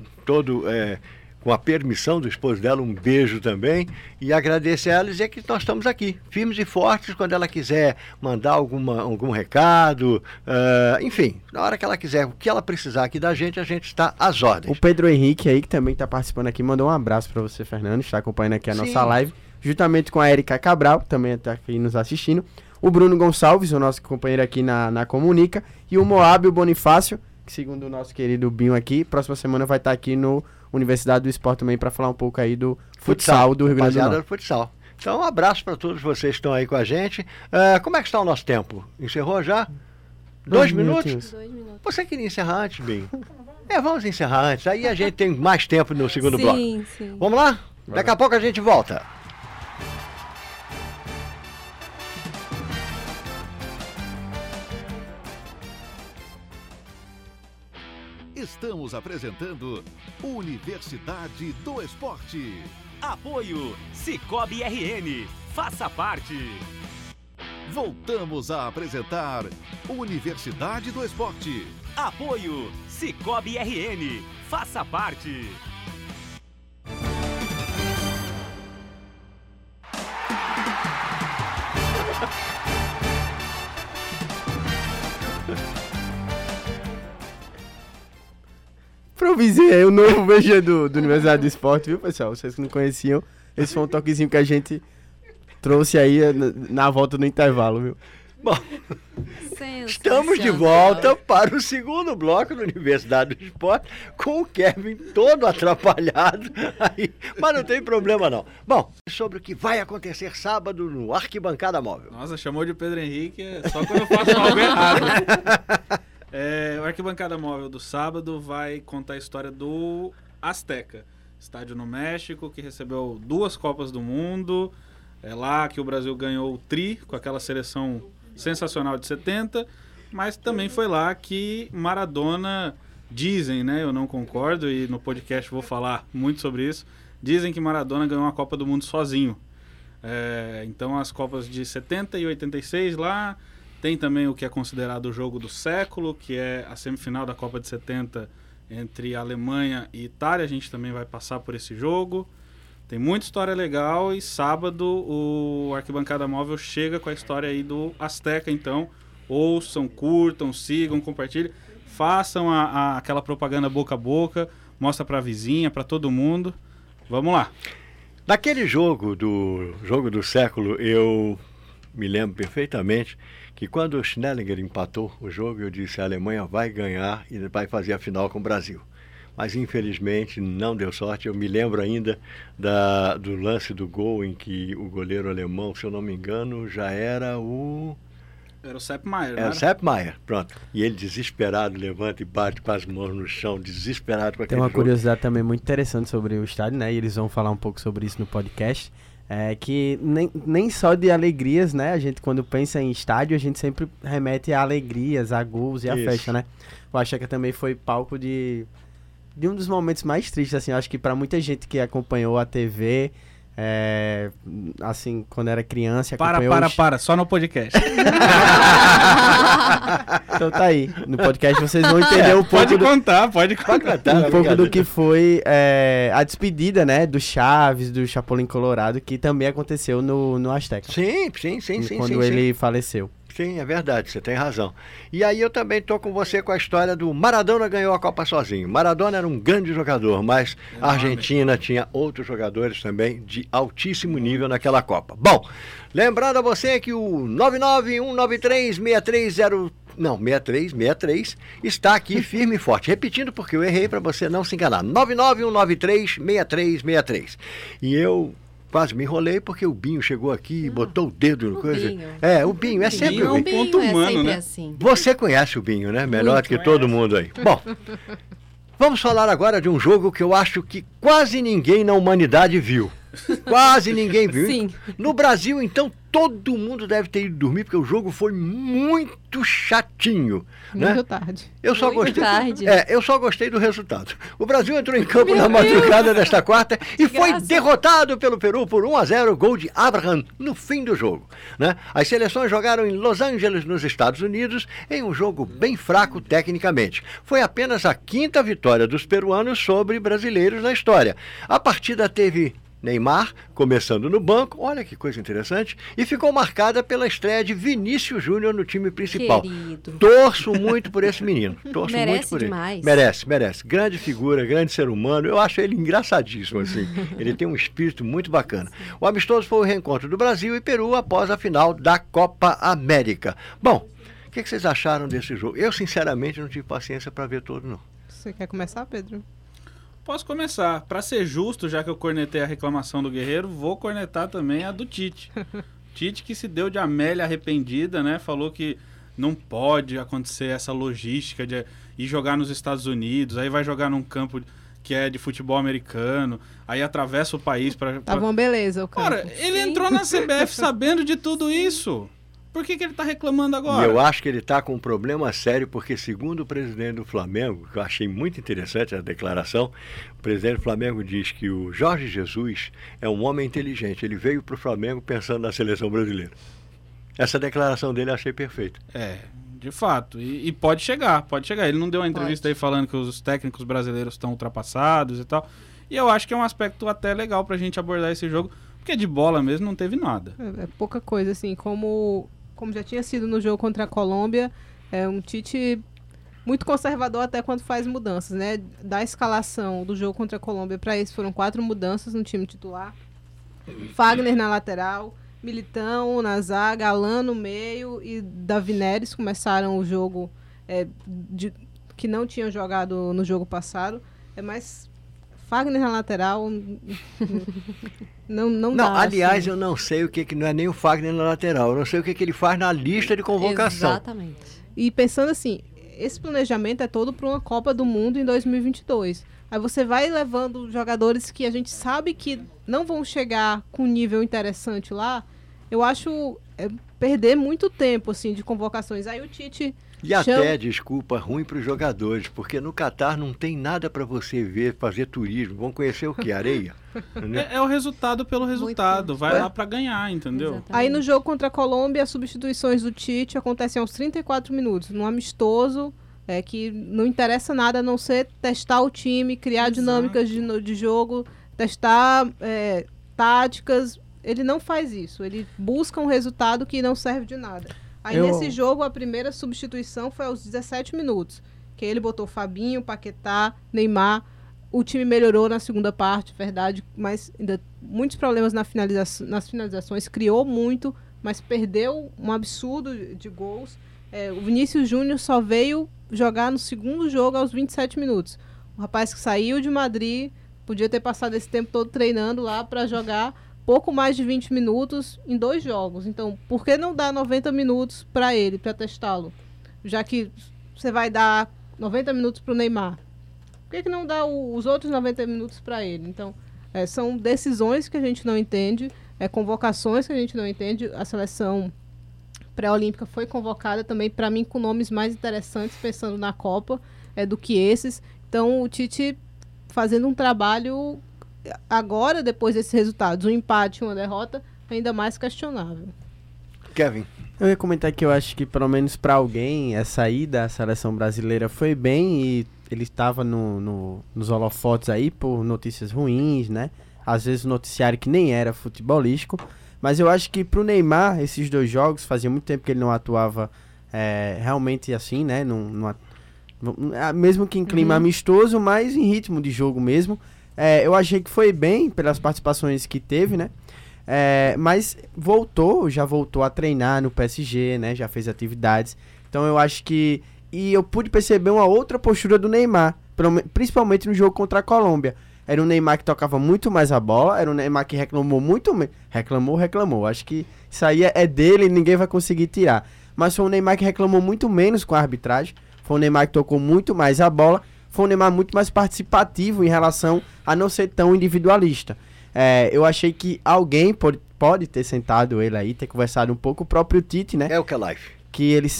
com a permissão do esposo dela, um beijo também, e agradecer a ela e dizer que nós estamos aqui, firmes e fortes, quando ela quiser mandar algum recado, enfim, na hora que ela quiser, o que ela precisar aqui da gente, a gente está às ordens. O Pedro Henrique aí, que também está participando aqui, mandou um abraço para você, Fernando, está acompanhando aqui a nossa live, juntamente com a Erika Cabral, que também está aqui nos assistindo, o Bruno Gonçalves, o nosso companheiro aqui na Comunica, e o Moab Bonifácio, que segundo o nosso querido Binho aqui, próxima semana vai estar aqui no Universidade do Esporte também para falar um pouco aí do futsal do Rio Grande do Norte. Do futsal. Então, um abraço para todos vocês que estão aí com a gente. Como é que está o nosso tempo? Encerrou já? 2 minutos? 2 minutos. Você queria encerrar antes, Binho? Vamos encerrar antes. Aí a gente tem mais tempo no segundo bloco. Sim. Vamos lá? Daqui a pouco a gente volta. Estamos apresentando Universidade do Esporte. Apoio Cicobi RN. Faça parte. Voltamos a apresentar Universidade do Esporte. Apoio Cicobi RN. Faça parte. Improvisei aí o novo VG do Universidade do Esporte, viu, pessoal? Vocês que não conheciam, esse foi um toquezinho que a gente trouxe aí na volta do intervalo, viu? Bom, estamos de volta para o segundo bloco da Universidade do Esporte, com o Kevin todo atrapalhado, aí, mas não tem problema não. Bom, sobre o que vai acontecer sábado no Arquibancada Móvel. Nossa, chamou de Pedro Henrique, só quando eu faço algo errado. O Arquibancada Móvel do sábado vai contar a história do Azteca, estádio no México, que recebeu 2 Copas do Mundo. É lá que o Brasil ganhou o tri, com aquela seleção sensacional de 70, mas também foi lá que Maradona, dizem, né, eu não concordo, e no podcast vou falar muito sobre isso, dizem que Maradona ganhou a Copa do Mundo sozinho. Então as Copas de 70 e 86 lá, tem também o que é considerado o jogo do século, que é a semifinal da Copa de 70 entre Alemanha e Itália. A gente também vai passar por esse jogo. Tem muita história legal e sábado o Arquibancada Móvel chega com a história aí do Azteca. Então, ouçam, curtam, sigam, compartilhem. Façam aquela propaganda boca a boca, mostra pra vizinha, pra todo mundo. Vamos lá. Naquele jogo do século, eu me lembro perfeitamente que quando o Schnellinger empatou o jogo, eu disse: a Alemanha vai ganhar e vai fazer a final com o Brasil. mas infelizmente não deu sorte. Eu me lembro ainda do lance do gol em que o goleiro alemão, se eu não me engano, já era o... Era o Sepp Maier, o Sepp Maier, pronto. E ele desesperado levanta e bate com as mãos no chão, desesperado com aquele Tem uma jogo. curiosidade também muito interessante sobre o estádio, né? E eles vão falar um pouco sobre isso no podcast. Que nem só de alegrias, né? A gente, quando pensa em estádio, a gente sempre remete a alegrias, a gols e a festa, né? O Acheca também foi palco de um dos momentos mais tristes, assim. Acho que para muita gente que acompanhou a TV... assim, quando era criança... Para, só no podcast. Então tá aí, no podcast vocês vão entender um pouco... Pode contar. Um pouco do que foi a despedida, né, do Chaves, do Chapolin Colorado, que também aconteceu no Azteca. Sim. Quando ele faleceu. Sim, é verdade, você tem razão. E aí eu também estou com você com a história do Maradona ganhou a Copa sozinho. Maradona era um grande jogador, mas a Argentina tinha outros jogadores também de altíssimo nível naquela Copa. Bom, lembrando a você que o 991936303 está aqui firme e forte. Repetindo porque eu errei para você não se enganar. 991936363. E eu... quase me enrolei porque o Binho chegou aqui e botou o dedo no coisa. Binho. O Binho é sempre Binho o um Binho. ponto humano, né? Assim. Você conhece o Binho, né? Melhor Muito que todo mundo aí. Bom, vamos falar agora de um jogo que eu acho que quase ninguém na humanidade viu. Quase ninguém viu. Sim. No Brasil, então, todo mundo deve ter ido dormir porque o jogo foi muito chatinho. Né? Muito tarde. Eu só Muito gostei. tarde. Eu só gostei do resultado. O Brasil entrou em campo na madrugada desta quarta e foi derrotado pelo Peru por 1-0, gol de Abraham no fim do jogo. Né? As seleções jogaram em Los Angeles, nos Estados Unidos, em um jogo bem fraco tecnicamente. Foi apenas a 5ª vitória dos peruanos sobre brasileiros na história. A partida teve Neymar começando no banco, olha que coisa interessante, e ficou marcada pela estreia de Vinícius Júnior no time principal. Querido. Torço muito por esse menino. Torço Merece muito por demais. ele. Merece. Grande figura, grande ser humano. Eu acho ele engraçadíssimo, assim. Ele tem um espírito muito bacana. O amistoso foi o reencontro do Brasil e Peru após a final da Copa América. Bom, o que vocês acharam desse jogo? Eu, sinceramente, não tive paciência para ver todo, não. Você quer começar, Pedro? Posso começar. Para ser justo, já que eu cornetei a reclamação do Guerreiro, vou cornetar também a do Tite. Tite que se deu de Amélia arrependida, né? Falou que não pode acontecer essa logística de ir jogar nos Estados Unidos, aí vai jogar num campo que é de futebol americano, aí atravessa o país para... Tava uma beleza o campo. Cara, ele entrou na CBF sabendo de tudo isso. Por que ele está reclamando agora? E eu acho que ele está com um problema sério, porque segundo o presidente do Flamengo, que eu achei muito interessante a declaração, o presidente do Flamengo diz que o Jorge Jesus é um homem inteligente. Ele veio para o Flamengo pensando na seleção brasileira. Essa declaração dele eu achei perfeita. De fato. E pode chegar. Ele não deu uma entrevista aí falando que os técnicos brasileiros estão ultrapassados e tal. E eu acho que é um aspecto até legal para a gente abordar esse jogo, porque de bola mesmo não teve nada. É pouca coisa, assim, como já tinha sido no jogo contra a Colômbia, é um Tite muito conservador até quando faz mudanças, né? Da escalação do jogo contra a Colômbia para esse foram 4 mudanças no time titular. Fagner na lateral, Militão na zaga, Alan no meio e Davi Neres começaram o jogo que não tinham jogado no jogo passado. Mas Fagner na lateral não dá. Aliás, assim. eu não sei o que não é nem o Fagner na lateral. Eu não sei o que ele faz na lista de convocação. Exatamente. E pensando assim, esse planejamento é todo para uma Copa do Mundo em 2022. Aí você vai levando jogadores que a gente sabe que não vão chegar com um nível interessante lá. Eu acho perder muito tempo assim, de convocações. Aí o Tite... E até, desculpa, ruim para os jogadores, porque no Catar não tem nada para você ver, fazer turismo. Vão conhecer o que? Areia? É o resultado pelo resultado. Vai lá para ganhar, entendeu? Exatamente. Aí no jogo contra a Colômbia, as substituições do Tite acontecem aos 34 minutos, num amistoso, que não interessa nada a não ser testar o time, criar dinâmicas de jogo, testar táticas. Ele não faz isso. Ele busca um resultado que não serve de nada. Aí nesse jogo, a primeira substituição foi aos 17 minutos. Que ele botou Fabinho, Paquetá, Neymar. O time melhorou na segunda parte, verdade. Mas ainda muitos problemas nas finalizações. Criou muito, mas perdeu um absurdo de gols. O Vinícius Júnior só veio jogar no segundo jogo aos 27 minutos. O rapaz que saiu de Madrid, podia ter passado esse tempo todo treinando lá para jogar pouco mais de 20 minutos em 2 jogos. Então, por que não dar 90 minutos para ele, para testá-lo? Já que você vai dar 90 minutos para o Neymar. Por que não dá os outros 90 minutos para ele? Então, são decisões que a gente não entende, convocações que a gente não entende. A seleção pré-olímpica foi convocada também, para mim, com nomes mais interessantes, pensando na Copa, do que esses. Então, o Tite fazendo um trabalho agora, depois desses resultados, um empate e uma derrota, ainda mais questionável. Kevin. Eu ia comentar que eu acho que, pelo menos para alguém, essa ida à seleção brasileira foi bem e ele estava nos holofotes aí por notícias ruins, né? Às vezes noticiário que nem era futebolístico. Mas eu acho que pro Neymar, esses 2 jogos, fazia muito tempo que ele não atuava realmente assim, né? Mesmo que em clima amistoso, mas em ritmo de jogo mesmo. Eu achei que foi bem pelas participações que teve, né? Mas já voltou a treinar no PSG, né? Já fez atividades. Então eu acho que... E eu pude perceber uma outra postura do Neymar, principalmente no jogo contra a Colômbia. Era um Neymar que tocava muito mais a bola, era um Neymar que reclamou muito menos. Reclamou. Acho que isso aí é dele e ninguém vai conseguir tirar. Mas foi um Neymar que reclamou muito menos com a arbitragem. Foi um Neymar que tocou muito mais a bola. Foi um Neymar muito mais participativo em relação a não ser tão individualista. Eu achei que alguém pode ter sentado ele aí, ter conversado um pouco, o próprio Tite, né? É o que é live. Que ele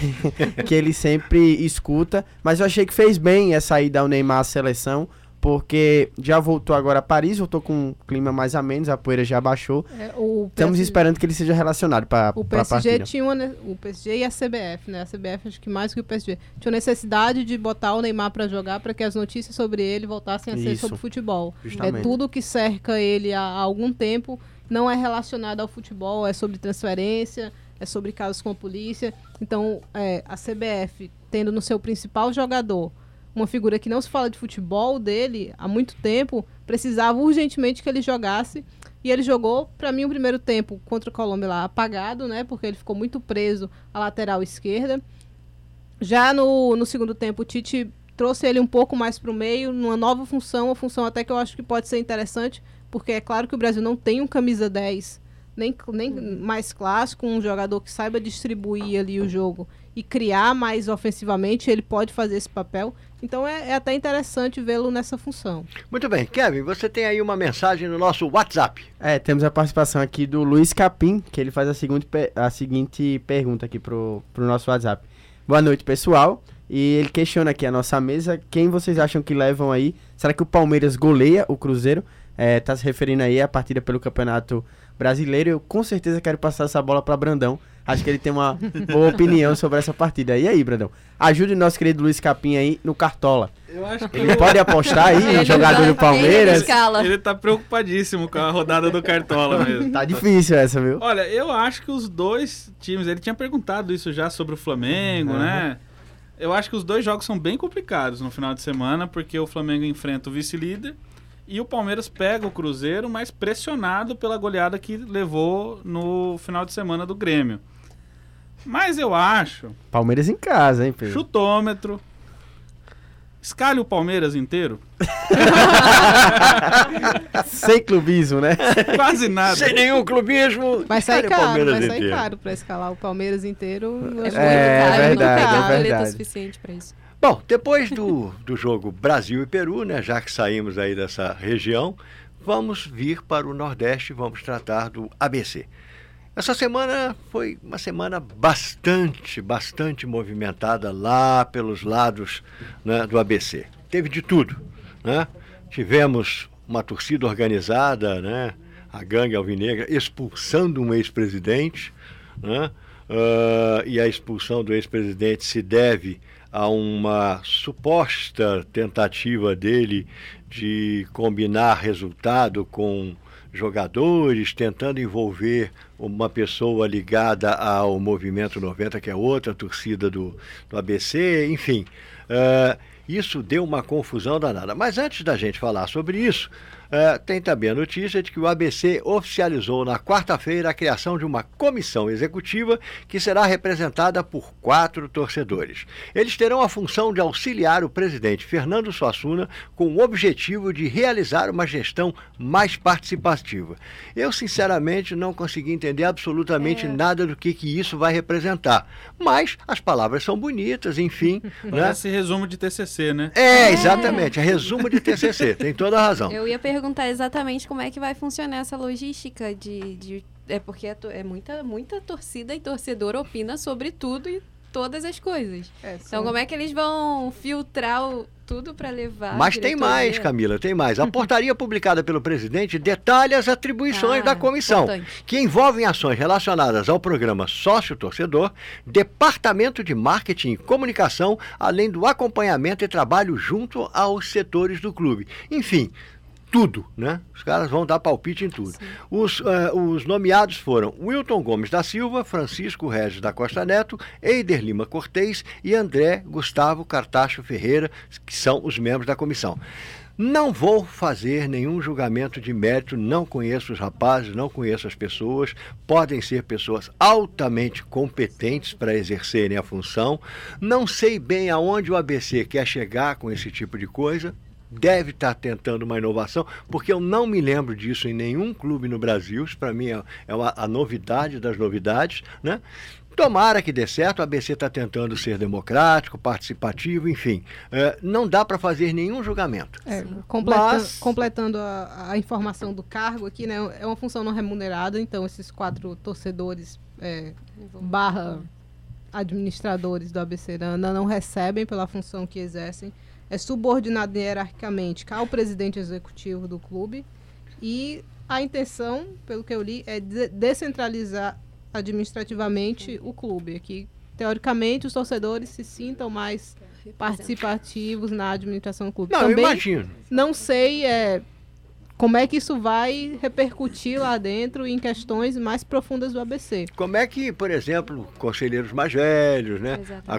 sempre escuta. Mas eu achei que fez bem essa ida ao Neymar à seleção, porque já voltou agora a Paris, voltou com um clima mais a menos, a poeira já baixou. Estamos esperando que ele seja relacionado para a partida. O PSG e a CBF, né? A CBF, acho que mais que o PSG, tinha necessidade de botar o Neymar para jogar, para que as notícias sobre ele voltassem a ser sobre futebol. Justamente. Tudo que cerca ele há algum tempo não é relacionado ao futebol, é sobre transferência, é sobre casos com a polícia. Então, a CBF, tendo no seu principal jogador uma figura que não se fala de futebol dele há muito tempo, precisava urgentemente que ele jogasse. E ele jogou, para mim, o primeiro tempo contra o Colômbia lá apagado, né? Porque ele ficou muito preso à lateral esquerda. Já no segundo tempo, o Tite trouxe ele um pouco mais para o meio, numa nova função, uma função até que eu acho que pode ser interessante, porque é claro que o Brasil não tem um camisa 10, nem mais clássico, um jogador que saiba distribuir ali o jogo e criar mais ofensivamente, ele pode fazer esse papel. Então é até interessante vê-lo nessa função. Muito bem. Kevin, você tem aí uma mensagem no nosso WhatsApp. Temos a participação aqui do Luiz Capim, que ele faz a seguinte pergunta aqui pro nosso WhatsApp. Boa noite, pessoal. E ele questiona aqui a nossa mesa, quem vocês acham que levam aí? Será que o Palmeiras goleia o Cruzeiro? Tá se referindo aí à partida pelo Campeonato Brasileiro. Eu com certeza quero passar essa bola para Brandão. Acho que ele tem uma boa opinião sobre essa partida. E aí, Brandão? Ajude o nosso querido Luiz Capim aí no Cartola. Eu acho que ele pode apostar aí no jogador do Palmeiras. Ele tá preocupadíssimo com a rodada do Cartola mesmo. Tá difícil essa, viu? Olha, eu acho que os 2 times... Ele tinha perguntado isso já sobre o Flamengo, né? Eu acho que os 2 jogos são bem complicados no final de semana, porque o Flamengo enfrenta o vice-líder e o Palmeiras pega o Cruzeiro, mas pressionado pela goleada que levou no final de semana do Grêmio. Mas eu acho... Palmeiras em casa, hein, Pedro? Chutômetro. Escalhe o Palmeiras inteiro. Sem clubismo, né? Quase nada. Sem nenhum clubismo. Vai sair caro para escalar o Palmeiras inteiro. É verdade. Não suficiente para isso. Bom, depois do jogo Brasil e Peru, né, já que saímos aí dessa região, vamos vir para o Nordeste, vamos tratar do ABC. Essa semana foi uma semana bastante movimentada lá pelos lados, né, do ABC. Teve de tudo, né? Tivemos uma torcida organizada, né, a gangue alvinegra, expulsando um ex-presidente, né? E a expulsão do ex-presidente se deve a uma suposta tentativa dele de combinar resultado com jogadores, tentando envolver uma pessoa ligada ao Movimento 90, que é outra torcida do ABC, enfim. Isso deu uma confusão danada. Mas antes da gente falar sobre isso, tem também a notícia de que o ABC oficializou na quarta-feira a criação de uma comissão executiva que será representada por 4 torcedores. Eles terão a função de auxiliar o presidente Fernando Suassuna com o objetivo de realizar uma gestão mais participativa. Eu, sinceramente, não consegui entender absolutamente nada do que isso vai representar. Mas as palavras são bonitas, enfim. Parece resumo de TCC, né? Exatamente. É resumo de TCC. Tem toda a razão. Eu ia perguntar exatamente como é que vai funcionar essa logística porque muita torcida e torcedor opina sobre tudo e todas as coisas. Então, como é que eles vão filtrar tudo para levar? Mas tem mais, Camila, tem mais. A portaria publicada pelo presidente detalha as atribuições da comissão, que envolvem ações relacionadas ao programa Sócio-Torcedor, departamento de marketing e comunicação, além do acompanhamento e trabalho junto aos setores do clube. Enfim, tudo, né? Os caras vão dar palpite em tudo. Os nomeados foram Wilton Gomes da Silva, Francisco Regis da Costa Neto, Eider Lima Cortez e André Gustavo Cartacho Ferreira, que são os membros da comissão. Não vou fazer nenhum julgamento de mérito, não conheço os rapazes, não conheço as pessoas, podem ser pessoas altamente competentes para exercerem a função, não sei bem aonde o ABC quer chegar com esse tipo de coisa. Deve estar tentando uma inovação, porque eu não me lembro disso em nenhum clube no Brasil. Isso, para mim, é a novidade das novidades, né? Tomara que dê certo, o ABC está tentando ser democrático, participativo, enfim. Não dá para fazer nenhum julgamento. Completando a informação do cargo aqui, né? É uma função não remunerada, então esses 4 torcedores /administradores do ABC não recebem pela função que exercem. É subordinado hierarquicamente ao presidente executivo do clube e a intenção, pelo que eu li, é descentralizar administrativamente o clube. Aqui, teoricamente, os torcedores se sintam mais participativos na administração do clube. Não, também eu imagino. Não sei como é que isso vai repercutir lá dentro em questões mais profundas do ABC. Como é que, por exemplo, conselheiros mais velhos, né?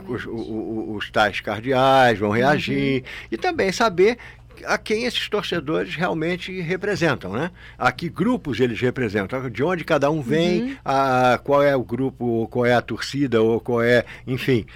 Os tais cardeais vão reagir. E também saber a quem esses torcedores realmente representam, né? A que grupos eles representam, de onde cada um vem, qual é o grupo, qual é a torcida, ou qual é, enfim,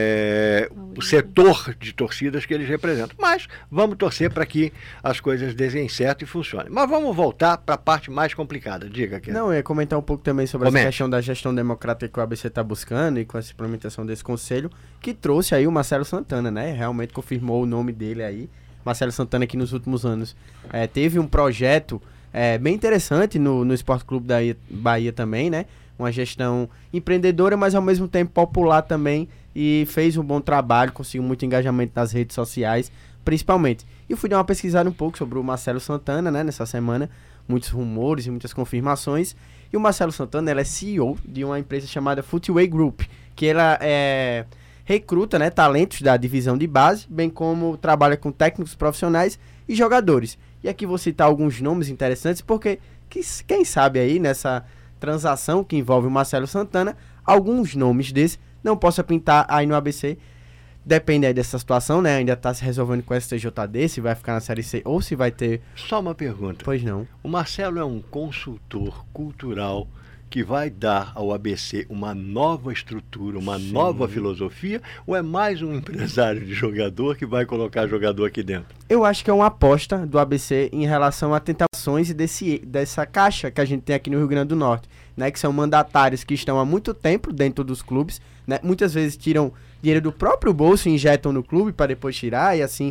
o setor de torcidas que eles representam. Mas vamos torcer para que as coisas deem certo e funcionem. Mas vamos voltar para a parte mais complicada. Diga, Ken. Não, eu ia comentar um pouco também sobre essa questão da gestão democrática que o ABC está buscando e com essa implementação desse conselho, que trouxe aí o Marcelo Santana, né? Realmente confirmou o nome dele aí. Marcelo Santana, que nos últimos anos teve um projeto bem interessante no Esporte Clube da Bahia também, né? Uma gestão empreendedora, mas ao mesmo tempo popular também, e fez um bom trabalho, conseguiu muito engajamento nas redes sociais, principalmente. E eu fui dar uma pesquisada um pouco sobre o Marcelo Santana, né? Nessa semana, muitos rumores e muitas confirmações. E o Marcelo Santana, ela é CEO de uma empresa chamada Footway Group, que ela recruta, né, talentos da divisão de base, bem como trabalha com técnicos profissionais e jogadores. E aqui vou citar alguns nomes interessantes, porque quem sabe aí nessa transação que envolve o Marcelo Santana, alguns nomes desses não possa pintar aí no ABC. Depende aí dessa situação, né? Ainda está se resolvendo com o STJD, se vai ficar na Série C ou se vai ter... Só uma pergunta. Pois não. O Marcelo é um consultor cultural que vai dar ao ABC uma nova estrutura, uma nova filosofia, ou é mais um empresário de jogador que vai colocar jogador aqui dentro? Eu acho que é uma aposta do ABC em relação a tentações e dessa caixa que a gente tem aqui no Rio Grande do Norte, né, que são mandatários que estão há muito tempo dentro dos clubes, né, muitas vezes tiram dinheiro do próprio bolso e injetam no clube para depois tirar, e assim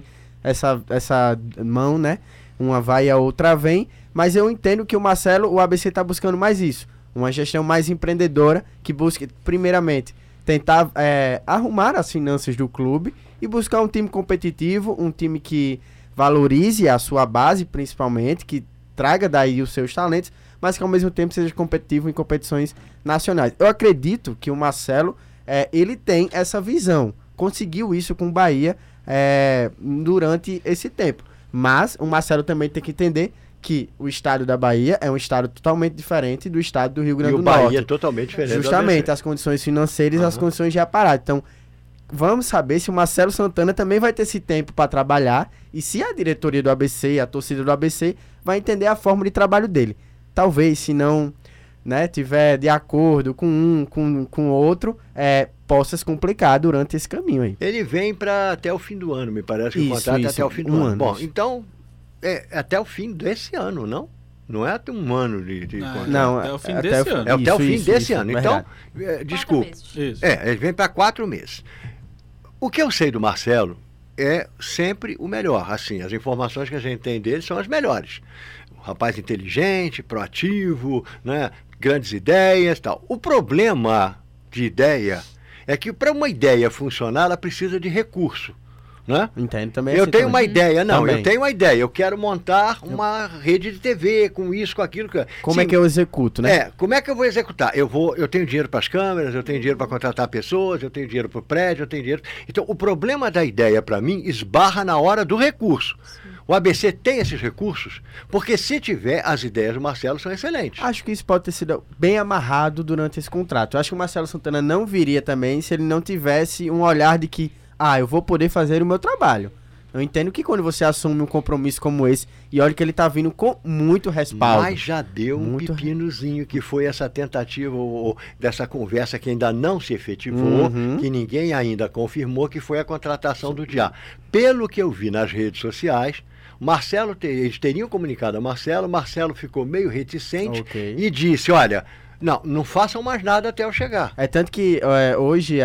essa mão, né, uma vai e a outra vem, mas eu entendo que o ABC está buscando mais isso. Uma gestão mais empreendedora que busque, primeiramente, tentar arrumar as finanças do clube e buscar um time competitivo, um time que valorize a sua base, principalmente, que traga daí os seus talentos, mas que ao mesmo tempo seja competitivo em competições nacionais. Eu acredito que o Marcelo, ele tem essa visão, conseguiu isso com o Bahia durante esse tempo. Mas o Marcelo também tem que entender que o estado da Bahia é um estado totalmente diferente do estado do Rio Grande do Norte. E o Bahia é totalmente diferente. Justamente, as condições financeiras e as condições de aparato. Então, vamos saber se o Marcelo Santana também vai ter esse tempo para trabalhar e se a diretoria do ABC e a torcida do ABC vai entender a forma de trabalho dele. Talvez, se não, né, tiver de acordo com um, com o outro, possa se complicar durante esse caminho aí. Ele vem para até o fim do ano, me parece que o contrato é até o fim do ano. Bom, então, até o fim desse ano, não? Não é até um ano de contrato. Não, até o fim desse ano. É até o fim desse ano. Então, desculpa. Ele vem para 4 meses. O que eu sei do Marcelo é sempre o melhor. Assim, as informações que a gente tem dele são as melhores. Um rapaz inteligente, proativo, né? Grandes ideias e tal. O problema de ideia é que para uma ideia funcionar, ela precisa de recurso. Né? Entendo também. Eu tenho uma ideia, eu tenho uma ideia. Eu quero montar uma rede de TV com isso, com aquilo. Como é que eu executo, né? Como é que eu vou executar? Eu tenho dinheiro para as câmeras, eu tenho dinheiro para contratar pessoas, eu tenho dinheiro para o prédio, eu tenho dinheiro. Então, o problema da ideia, para mim, esbarra na hora do recurso. Sim. O ABC tem esses recursos? Porque se tiver, as ideias do Marcelo são excelentes. Acho que isso pode ter sido bem amarrado durante esse contrato. Eu acho que o Marcelo Santana não viria também se ele não tivesse um olhar de que eu vou poder fazer o meu trabalho. Eu entendo que quando você assume um compromisso como esse, e olha que ele tá vindo com muito respaldo. Mas já deu um pepinozinho, que foi essa tentativa ou dessa conversa que ainda não se efetivou, que ninguém ainda confirmou, que foi a contratação do Diá. Pelo que eu vi nas redes sociais, eles teriam comunicado a Marcelo ficou meio reticente e disse, olha, não façam mais nada até eu chegar. Tanto que hoje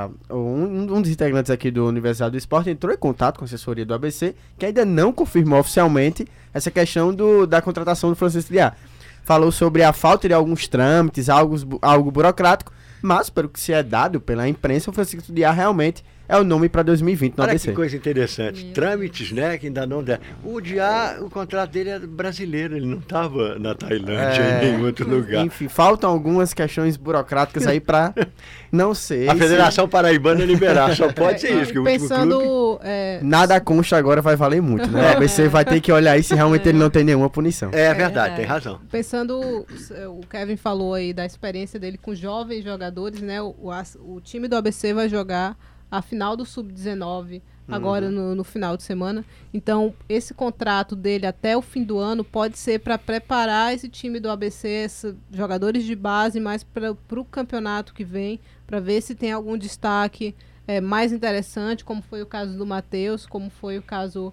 um dos integrantes aqui do Universidade do Esporte entrou em contato com a assessoria do ABC, que ainda não confirmou oficialmente essa questão da contratação do Francisco Diá. Falou sobre a falta de alguns trâmites, algo burocrático, mas pelo que se é dado pela imprensa, o Francisco Diá realmente é o nome para 2020 no ABC. Olha que coisa interessante. Trâmites, né, que ainda não der. O Diá, o contrato dele é brasileiro, ele não estava na Tailândia, em nenhum outro lugar. Enfim, faltam algumas questões burocráticas aí para não ser. A Federação Paraibana liberar, só pode ser isso. Que pensando, o último clube... Nada consta agora vai valer muito, né? O ABC vai ter que olhar aí se realmente ele não tem nenhuma punição. É verdade, tem razão. Pensando, o Kevin falou aí da experiência dele com jovens jogadores, né? O time do ABC vai jogar a final do Sub-19 agora no final de semana. Então, esse contrato dele até o fim do ano pode ser para preparar esse time do ABC, esses jogadores de base, mais para o campeonato que vem, para ver se tem algum destaque mais interessante, como foi o caso do Matheus, como foi o caso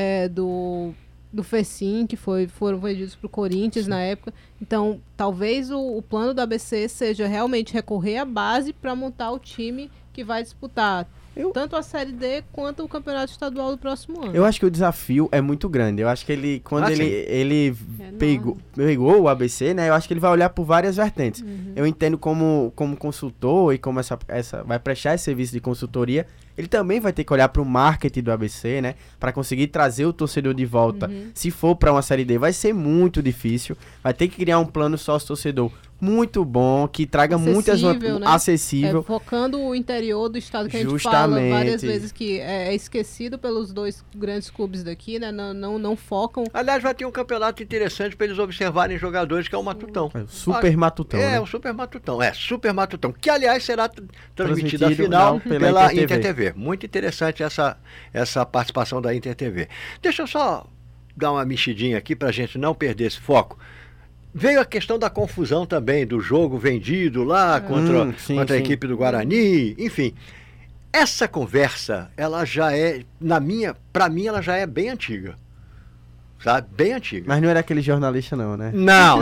do Fecim, que foram vendidos para o Corinthians na época. Então, talvez o plano do ABC seja realmente recorrer à base para montar o time que vai disputar tanto a Série D quanto o Campeonato Estadual do próximo ano. Eu acho que o desafio é muito grande. Eu acho que quando ele pegou o ABC, né? Eu acho que ele vai olhar por várias vertentes. Eu entendo como consultor e como vai prestar esse serviço de consultoria, ele também vai ter que olhar para o marketing do ABC, né? Para conseguir trazer o torcedor de volta. Se for para uma Série D, vai ser muito difícil. Vai ter que criar um plano sócio-torcedor muito bom, que traga muitas acessível. Focando o interior do estado, que a gente fala várias vezes que é esquecido pelos dois grandes clubes daqui, né? Não focam. Aliás, vai ter um campeonato interessante para eles observarem jogadores, que é o Matutão. O Super Matutão. Né? O Super Matutão. Super Matutão. Que, aliás, será transmitido a final pela InterTV. Muito interessante essa participação da InterTV. Deixa eu só dar uma mexidinha aqui para a gente não perder esse foco. Veio a questão da confusão também, do jogo vendido lá contra a equipe do Guarani, enfim. Essa conversa, ela já é, para mim, ela já é bem antiga. Sabe? Bem antiga. Mas não era aquele jornalista não, né? Não.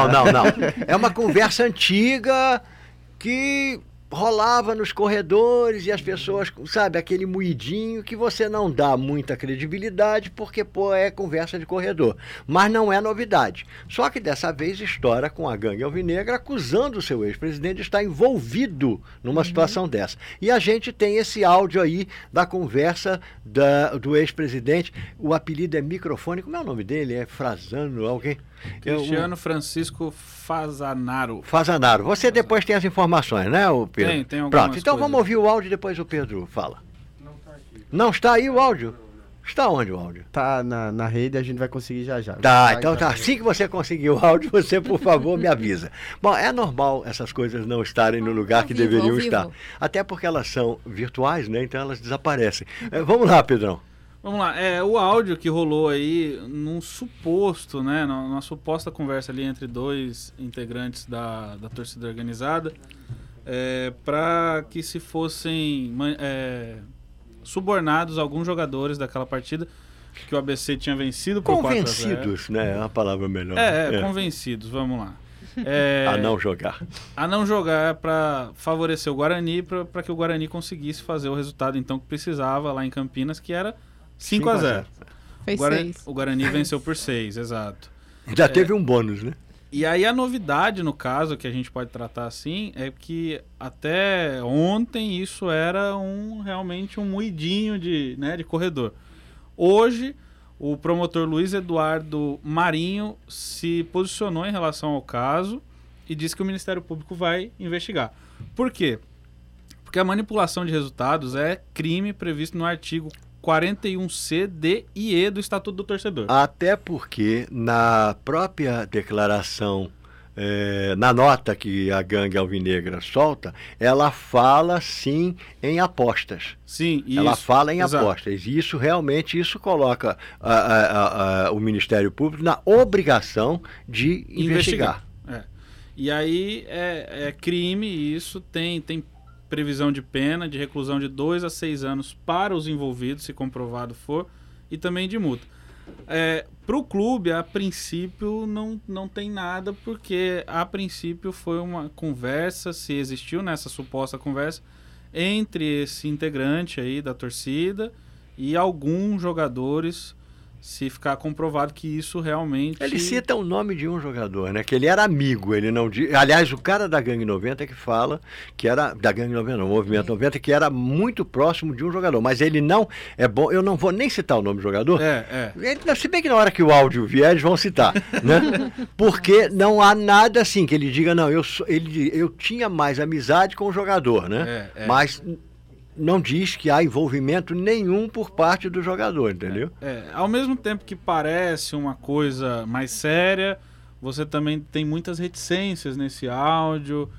É uma conversa antiga que rolava nos corredores e as pessoas, sabe, aquele moidinho que você não dá muita credibilidade porque, é conversa de corredor. Mas não é novidade. Só que dessa vez estoura com a gangue alvinegra acusando o seu ex-presidente de estar envolvido numa situação dessa. E a gente tem esse áudio aí da conversa do ex-presidente. O apelido é microfone. Como é o nome dele? É Frazano, alguém? Cristiano Francisco Fazanaro. Você depois tem as informações, né, o Pedro? Tem algumas Pronto, então coisas. Vamos ouvir o áudio e depois o Pedro fala. Não está aí o áudio? Está onde o áudio? Tá na rede, a gente vai conseguir já. Tá, então tá. Assim que você conseguir o áudio, você, por favor, me avisa. Bom, é normal essas coisas não estarem no lugar que deveriam estar. Até porque elas são virtuais, né? Então elas desaparecem. Vamos lá, Pedrão. Vamos lá. O áudio que rolou aí num suposto, né? Numa suposta conversa ali entre dois integrantes da torcida organizada, para que se fossem subornados alguns jogadores daquela partida que o ABC tinha vencido por 4-0. Convencidos, né? É a palavra melhor. Convencidos, vamos lá. A não jogar. A não jogar para favorecer o Guarani, para que o Guarani conseguisse fazer o resultado então que precisava lá em Campinas, que era 5-0. Fez 6. O Guarani venceu por 6, exato. Já teve um bônus, né? E aí a novidade, no caso, que a gente pode tratar assim, é que até ontem isso era realmente um moidinho de corredor. Hoje, o promotor Luiz Eduardo Marinho se posicionou em relação ao caso e disse que o Ministério Público vai investigar. Por quê? Porque a manipulação de resultados é crime previsto no artigo 41C, D e E do Estatuto do Torcedor. Até porque na própria declaração, na nota que a gangue alvinegra solta, ela fala sim em apostas. Sim, isso. Ela fala em apostas. E isso realmente coloca o Ministério Público na obrigação de investigar. E aí é crime e isso tem previsão de pena, de reclusão de 2 a 6 anos para os envolvidos, se comprovado for, e também de multa. Para o clube, a princípio, não tem nada, porque a princípio foi uma conversa, se existiu nessa suposta conversa, entre esse integrante aí da torcida e alguns jogadores, se ficar comprovado que isso realmente... Ele cita o nome de um jogador, né? Que ele era amigo, ele não diz... Aliás, o cara da Gangue 90 que fala que era... Da Gangue 90, não, Movimento 90, que era muito próximo de um jogador. Mas ele não... É bom, eu não vou nem citar o nome do jogador. Se bem que na hora que o áudio vier, eles vão citar, né? Porque não há nada assim que ele diga, não, eu tinha mais amizade com o jogador, né? Mas... não diz que há envolvimento nenhum por parte do jogador, entendeu? Ao mesmo tempo que parece uma coisa mais séria, você também tem muitas reticências nesse áudio.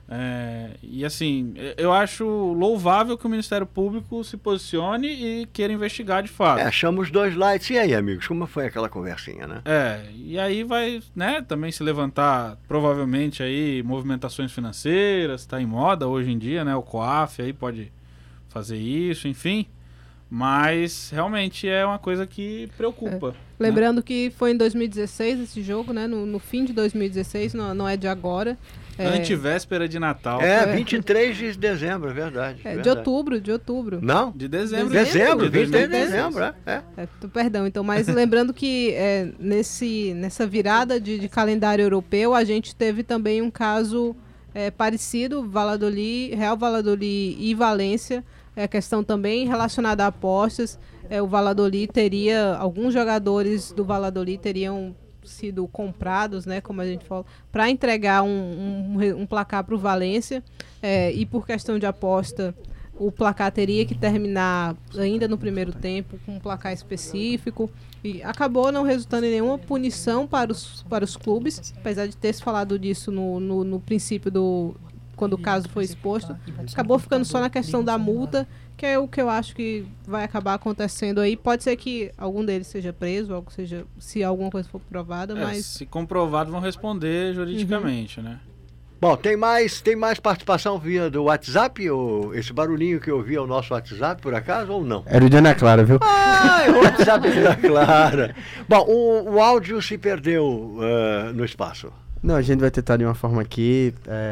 E assim, eu acho louvável que o Ministério Público se posicione e queira investigar de fato. Achamos 2 likes. E aí, amigos, como foi aquela conversinha, né? E aí vai, né, também se levantar, provavelmente, aí, movimentações financeiras, está em moda hoje em dia, né? O COAF aí pode fazer isso, enfim, mas realmente é uma coisa que preocupa. Lembrando que foi em 2016 esse jogo, né? No fim de 2016, não é de agora. Antivéspera de Natal. 23 de dezembro, é verdade. De outubro. Não? De dezembro. Dezembro, 23 de dezembro, Perdão, então, mas lembrando que nessa virada de calendário europeu, a gente teve também um caso parecido, Real Valladolid e Valência, questão também relacionada a apostas. O Valladolid alguns jogadores do Valladolid teriam sido comprados, né, como a gente fala, para entregar um placar para o Valência, e por questão de aposta, o placar teria que terminar ainda no primeiro tempo com um placar específico, e acabou não resultando em nenhuma punição para os clubes, apesar de ter se falado disso no princípio quando o caso foi exposto. Acabou ficando só na questão da multa, que é o que eu acho que vai acabar acontecendo aí. Pode ser que algum deles seja preso, se alguma coisa for provada, mas... Se comprovado, vão responder juridicamente, né? Bom, tem mais participação via do WhatsApp? Ou esse barulhinho que eu ouvi é o nosso WhatsApp, por acaso, ou não? Era o de Ana Clara, viu? É o WhatsApp de Ana Clara. Bom, o áudio se perdeu no espaço. Não, a gente vai tentar de uma forma aqui...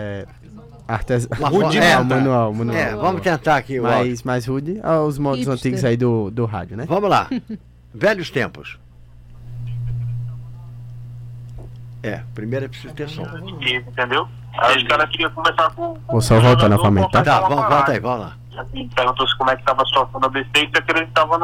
manual. Vamos tentar aqui o áudio. Mais rude aos modos antigos aí do rádio, né? Vamos lá. Velhos tempos. Primeiro é preciso ter som. Entendeu? Aí os caras queriam começar com... Vou só voltar novamente, tá? Tá, volta aí, vamos lá. Perguntou-se como é que estava a situação da BC e que ele estava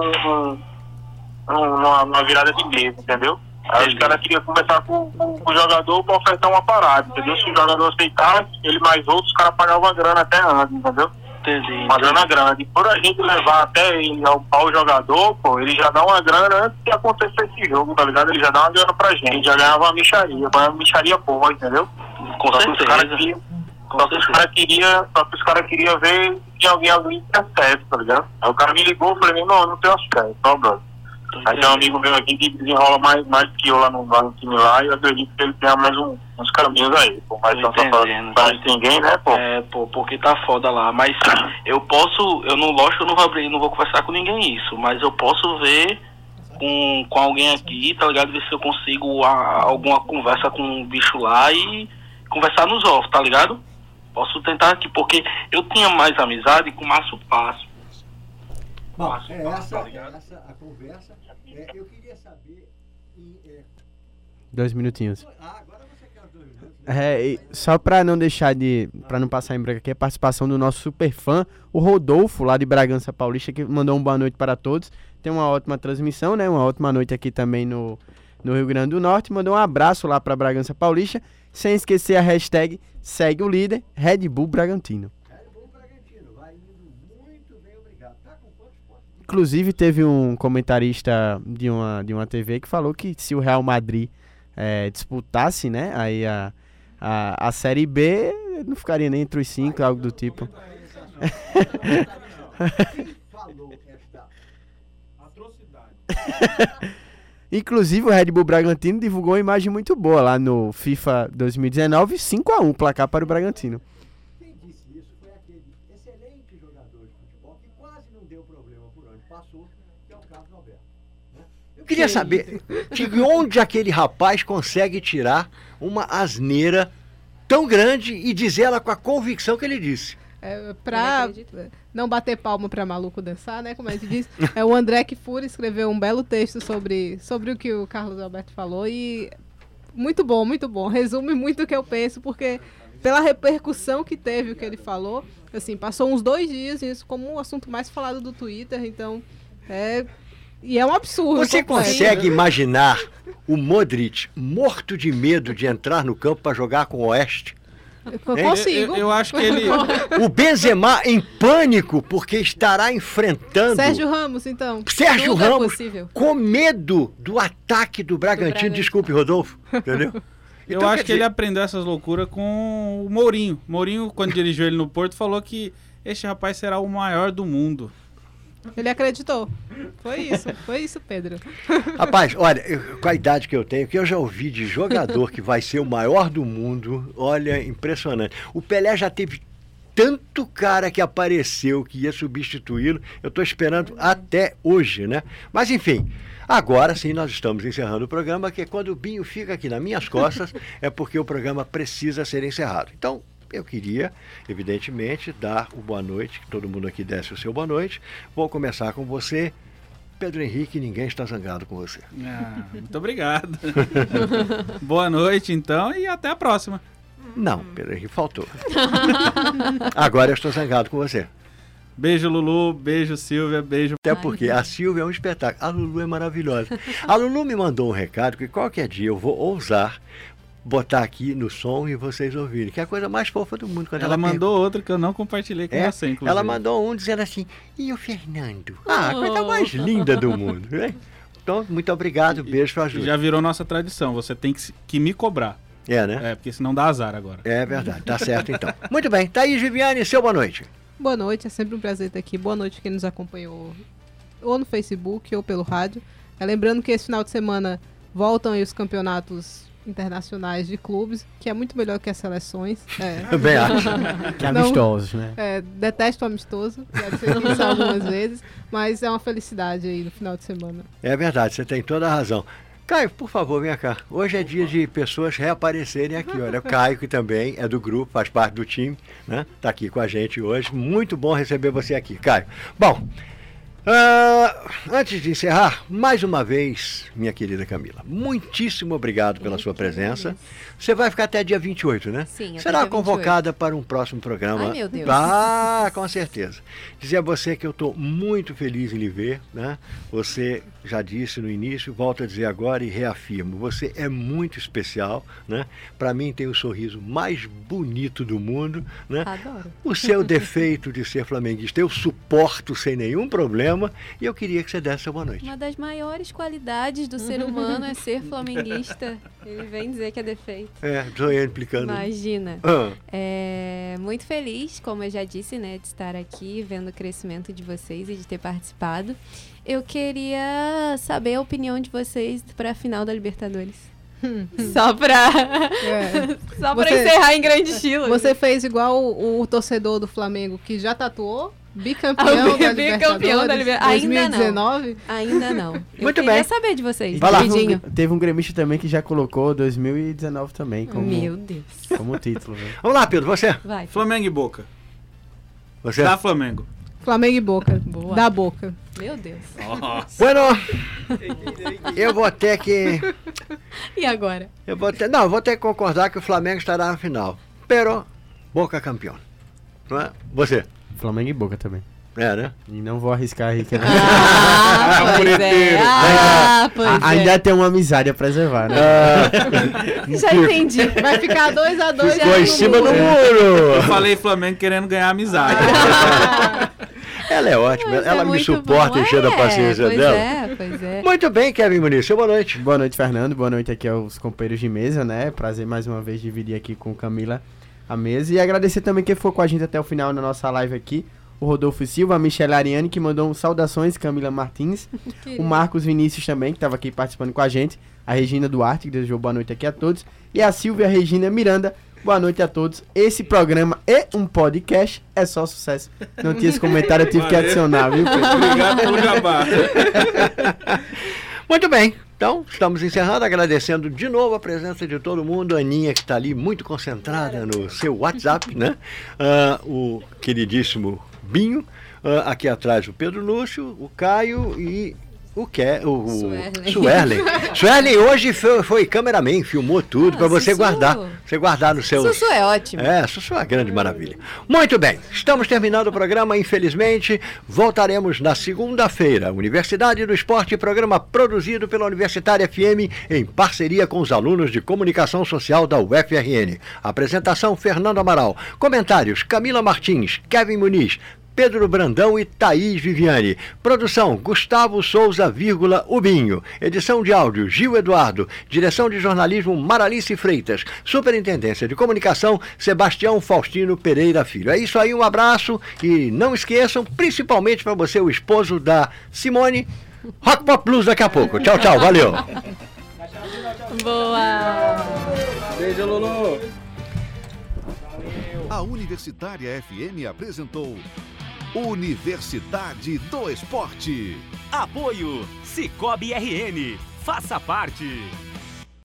numa virada de mesa, entendeu? Aí os caras queriam começar com o jogador para ofertar uma parada, entendeu? Se o jogador aceitasse, ele mais outros, os caras pagavam a grana até antes, entendeu? Entendi. Uma grana grande. Por a gente levar até ele ao jogador, pô, ele já dá uma grana antes que aconteça esse jogo, tá ligado? Ele já dá uma grana pra gente, já ganhava uma micharia boa, entendeu? Com certeza. Só que os caras queriam ver se alguém tinha acesso, tá ligado? Aí o cara me ligou e falei, não tenho acesso, só brother. Aí tem um amigo meu aqui que desenrola mais que eu lá no time lá, e eu acredito que ele tenha mais uns caminhos aí, pô. Mas não tá ninguém, né, pô? Pô, porque tá foda lá. Mas lógico, eu não vou conversar com ninguém isso, mas eu posso ver com alguém aqui, tá ligado? Ver se eu consigo alguma conversa com um bicho lá e conversar nos off, tá ligado? Posso tentar aqui, porque eu tinha mais amizade com o Márcio Passo. Bom, essa a conversa. Eu queria saber... 2 minutinhos. Agora você quer 2 minutos. Só pra não deixar pra não passar em branco aqui, a participação do nosso super fã, o Rodolfo, lá de Bragança Paulista, que mandou um boa noite para todos. Tem uma ótima transmissão, né? Uma ótima noite aqui também no Rio Grande do Norte. Mandou um abraço lá pra Bragança Paulista, sem esquecer a hashtag segue o líder, Red Bull Bragantino. Inclusive teve um comentarista de uma TV que falou que se o Real Madrid disputasse, né, aí a Série B, não ficaria nem entre os 5, algo do tipo. Quem falou esta atrocidade? Inclusive o Red Bull Bragantino divulgou uma imagem muito boa lá no FIFA 2019, 5-1 placar para o Bragantino. Eu queria saber de onde aquele rapaz consegue tirar uma asneira tão grande e dizer ela com a convicção que ele disse. Pra não bater palma pra maluco dançar, né? Como a gente diz. O André Kfouri escreveu um belo texto sobre o que o Carlos Alberto falou e muito bom. Resume muito o que eu penso, porque pela repercussão que teve o que ele falou, assim, passou uns 2 dias isso como o assunto mais falado do Twitter, então e é um absurdo. Você consegue imaginar o Modric morto de medo de entrar no campo para jogar com o Oeste? Eu consigo. Eu acho que ele... O Benzema em pânico porque estará enfrentando... Sérgio Ramos, então. Sérgio Ramos com medo do ataque do Bragantino. Desculpe, Rodolfo. Entendeu? Então, eu acho que ele aprendeu essas loucuras com o Mourinho. Mourinho, quando dirigiu ele no Porto, falou que este rapaz será o maior do mundo. Ele acreditou. Foi isso, Pedro. Rapaz, olha, com a idade que eu tenho, que eu já ouvi de jogador que vai ser o maior do mundo, olha, impressionante. O Pelé já teve tanto cara que apareceu que ia substituí-lo, eu estou esperando até hoje, né? Mas enfim, agora sim nós estamos encerrando o programa, que quando o Binho fica aqui nas minhas costas, é porque o programa precisa ser encerrado. Então, eu queria, evidentemente, dar o boa noite, que todo mundo aqui desse o seu boa noite. Vou começar com você, Pedro Henrique, ninguém está zangado com você. Muito obrigado. Boa noite, então, e até a próxima. Não, Pedro Henrique, faltou. Agora eu estou zangado com você. Beijo, Lulu, beijo, Silvia, beijo. Até porque a Silvia é um espetáculo, a Lulu é maravilhosa. A Lulu me mandou um recado que qualquer dia eu vou ousar botar aqui no som e vocês ouvirem, que é a coisa mais fofa do mundo. Quando ela mandou outra que eu não compartilhei com você, inclusive. Ela mandou um dizendo assim, e o Fernando? A coisa mais linda do mundo, né? Então, muito obrigado, beijo pra ajuda. Já virou nossa tradição, você tem que me cobrar. Né? Porque senão dá azar agora. É verdade, tá certo então. Muito bem, Thaís Viviane, seu boa noite. Boa noite, é sempre um prazer estar aqui. Boa noite quem nos acompanhou ou no Facebook ou pelo rádio. Lembrando que esse final de semana voltam aí os campeonatos internacionais de clubes, que é muito melhor que as seleções. Eu bem acho. Que amistosos, né? Detesto amistoso, já disse isso algumas vezes, mas é uma felicidade aí no final de semana. É verdade, você tem toda a razão. Caio, por favor, vem cá. Hoje é dia de pessoas reaparecerem aqui. Olha, o Caio, que também é do grupo, faz parte do time, né? Tá aqui com a gente hoje. Muito bom receber você aqui, Caio. Bom, Antes de encerrar, mais uma vez, minha querida Camila, muitíssimo obrigado pela sua presença. Você vai ficar até dia 28, né? Sim, será dia convocada para um próximo programa. Ai, meu Deus. Com certeza. Dizer a você que eu estou muito feliz em lhe ver, né? Você já disse no início, volto a dizer agora e reafirmo, você é muito especial, né? Para mim tem o sorriso mais bonito do mundo, né? Adoro. O seu defeito de ser flamenguista eu suporto sem nenhum problema e eu queria que você desse a boa noite. Uma das maiores qualidades do ser humano é ser flamenguista. Ele vem dizer que é defeito. Estou implicando. Imagina. Muito feliz, como eu já disse, né, de estar aqui, vendo o crescimento de vocês e de ter participado. Eu queria saber a opinião de vocês para a final da Libertadores. Só para encerrar em grande estilo. Você fez igual o torcedor do Flamengo que já tatuou? Bicampeão da Libertadores 2019? Ainda não. Muito bem. Eu queria saber de vocês. Vai lá. Teve um gremista também que já colocou 2019 também Meu Deus. Como título. Véio. Vamos lá, Pedro, você? Vai. Flamengo e Boca. Você? Dá Flamengo. Flamengo e Boca. Boa. Da Boca. Meu Deus. Nossa. Bueno, eu vou ter que... E agora? Eu vou ter que concordar que o Flamengo estará na final. Pero, Boca campeão. Não é? Você? Flamengo e Boca também. Né? E não vou arriscar aí. Ainda tem uma amizade a preservar, né? Já entendi. Vai ficar 2-2. Ficou em cima do muro. Eu falei Flamengo querendo ganhar amizade. Ela é ótima, ela me suporta enchendo a paciência dela. Pois é. Muito bem, Kevin Muniz, boa noite. Boa noite, Fernando. Boa noite aqui aos companheiros de mesa, né? Prazer mais uma vez dividir aqui com Camila a mesa. E agradecer também quem for com a gente até o final na nossa live aqui. O Rodolfo Silva, a Michelle Ariane, que mandou saudações, Camila Martins. O Marcos Vinícius também, que estava aqui participando com a gente. A Regina Duarte, que desejou boa noite aqui a todos. E a Silvia Regina Miranda. Boa noite a todos. Esse programa é um podcast, é só sucesso. Não tinha esse comentário, eu tive que adicionar, viu? Obrigado pelo jabá. Muito bem, então estamos encerrando, agradecendo de novo a presença de todo mundo. A Aninha, que está ali muito concentrada no seu WhatsApp, né? O queridíssimo Binho, aqui atrás o Pedro Lúcio, o Caio e... Suerlen. Suerlen hoje foi cameraman, filmou tudo para você guardar. Você guardar no seu... Sussu é ótimo. Sussu é uma grande maravilha. Muito bem, estamos terminando o programa, infelizmente. Voltaremos na segunda-feira. Universidade do Esporte, programa produzido pela Universitária FM em parceria com os alunos de Comunicação Social da UFRN. Apresentação, Fernando Amaral. Comentários, Camila Martins, Kevin Muniz, Pedro Brandão e Thaís Viviane. Produção, Gustavo Souza, Ubinho. Edição de áudio, Gil Eduardo. Direção de jornalismo, Maralice Freitas. Superintendência de comunicação, Sebastião Faustino Pereira Filho. É isso aí, um abraço e não esqueçam, principalmente para você, o esposo da Simone, Rock Pop Blues daqui a pouco. Tchau, tchau, valeu. Boa. Beijo, Lulu. A Universitária FM apresentou Universidade do Esporte. Apoio Cicobi RN. Faça parte.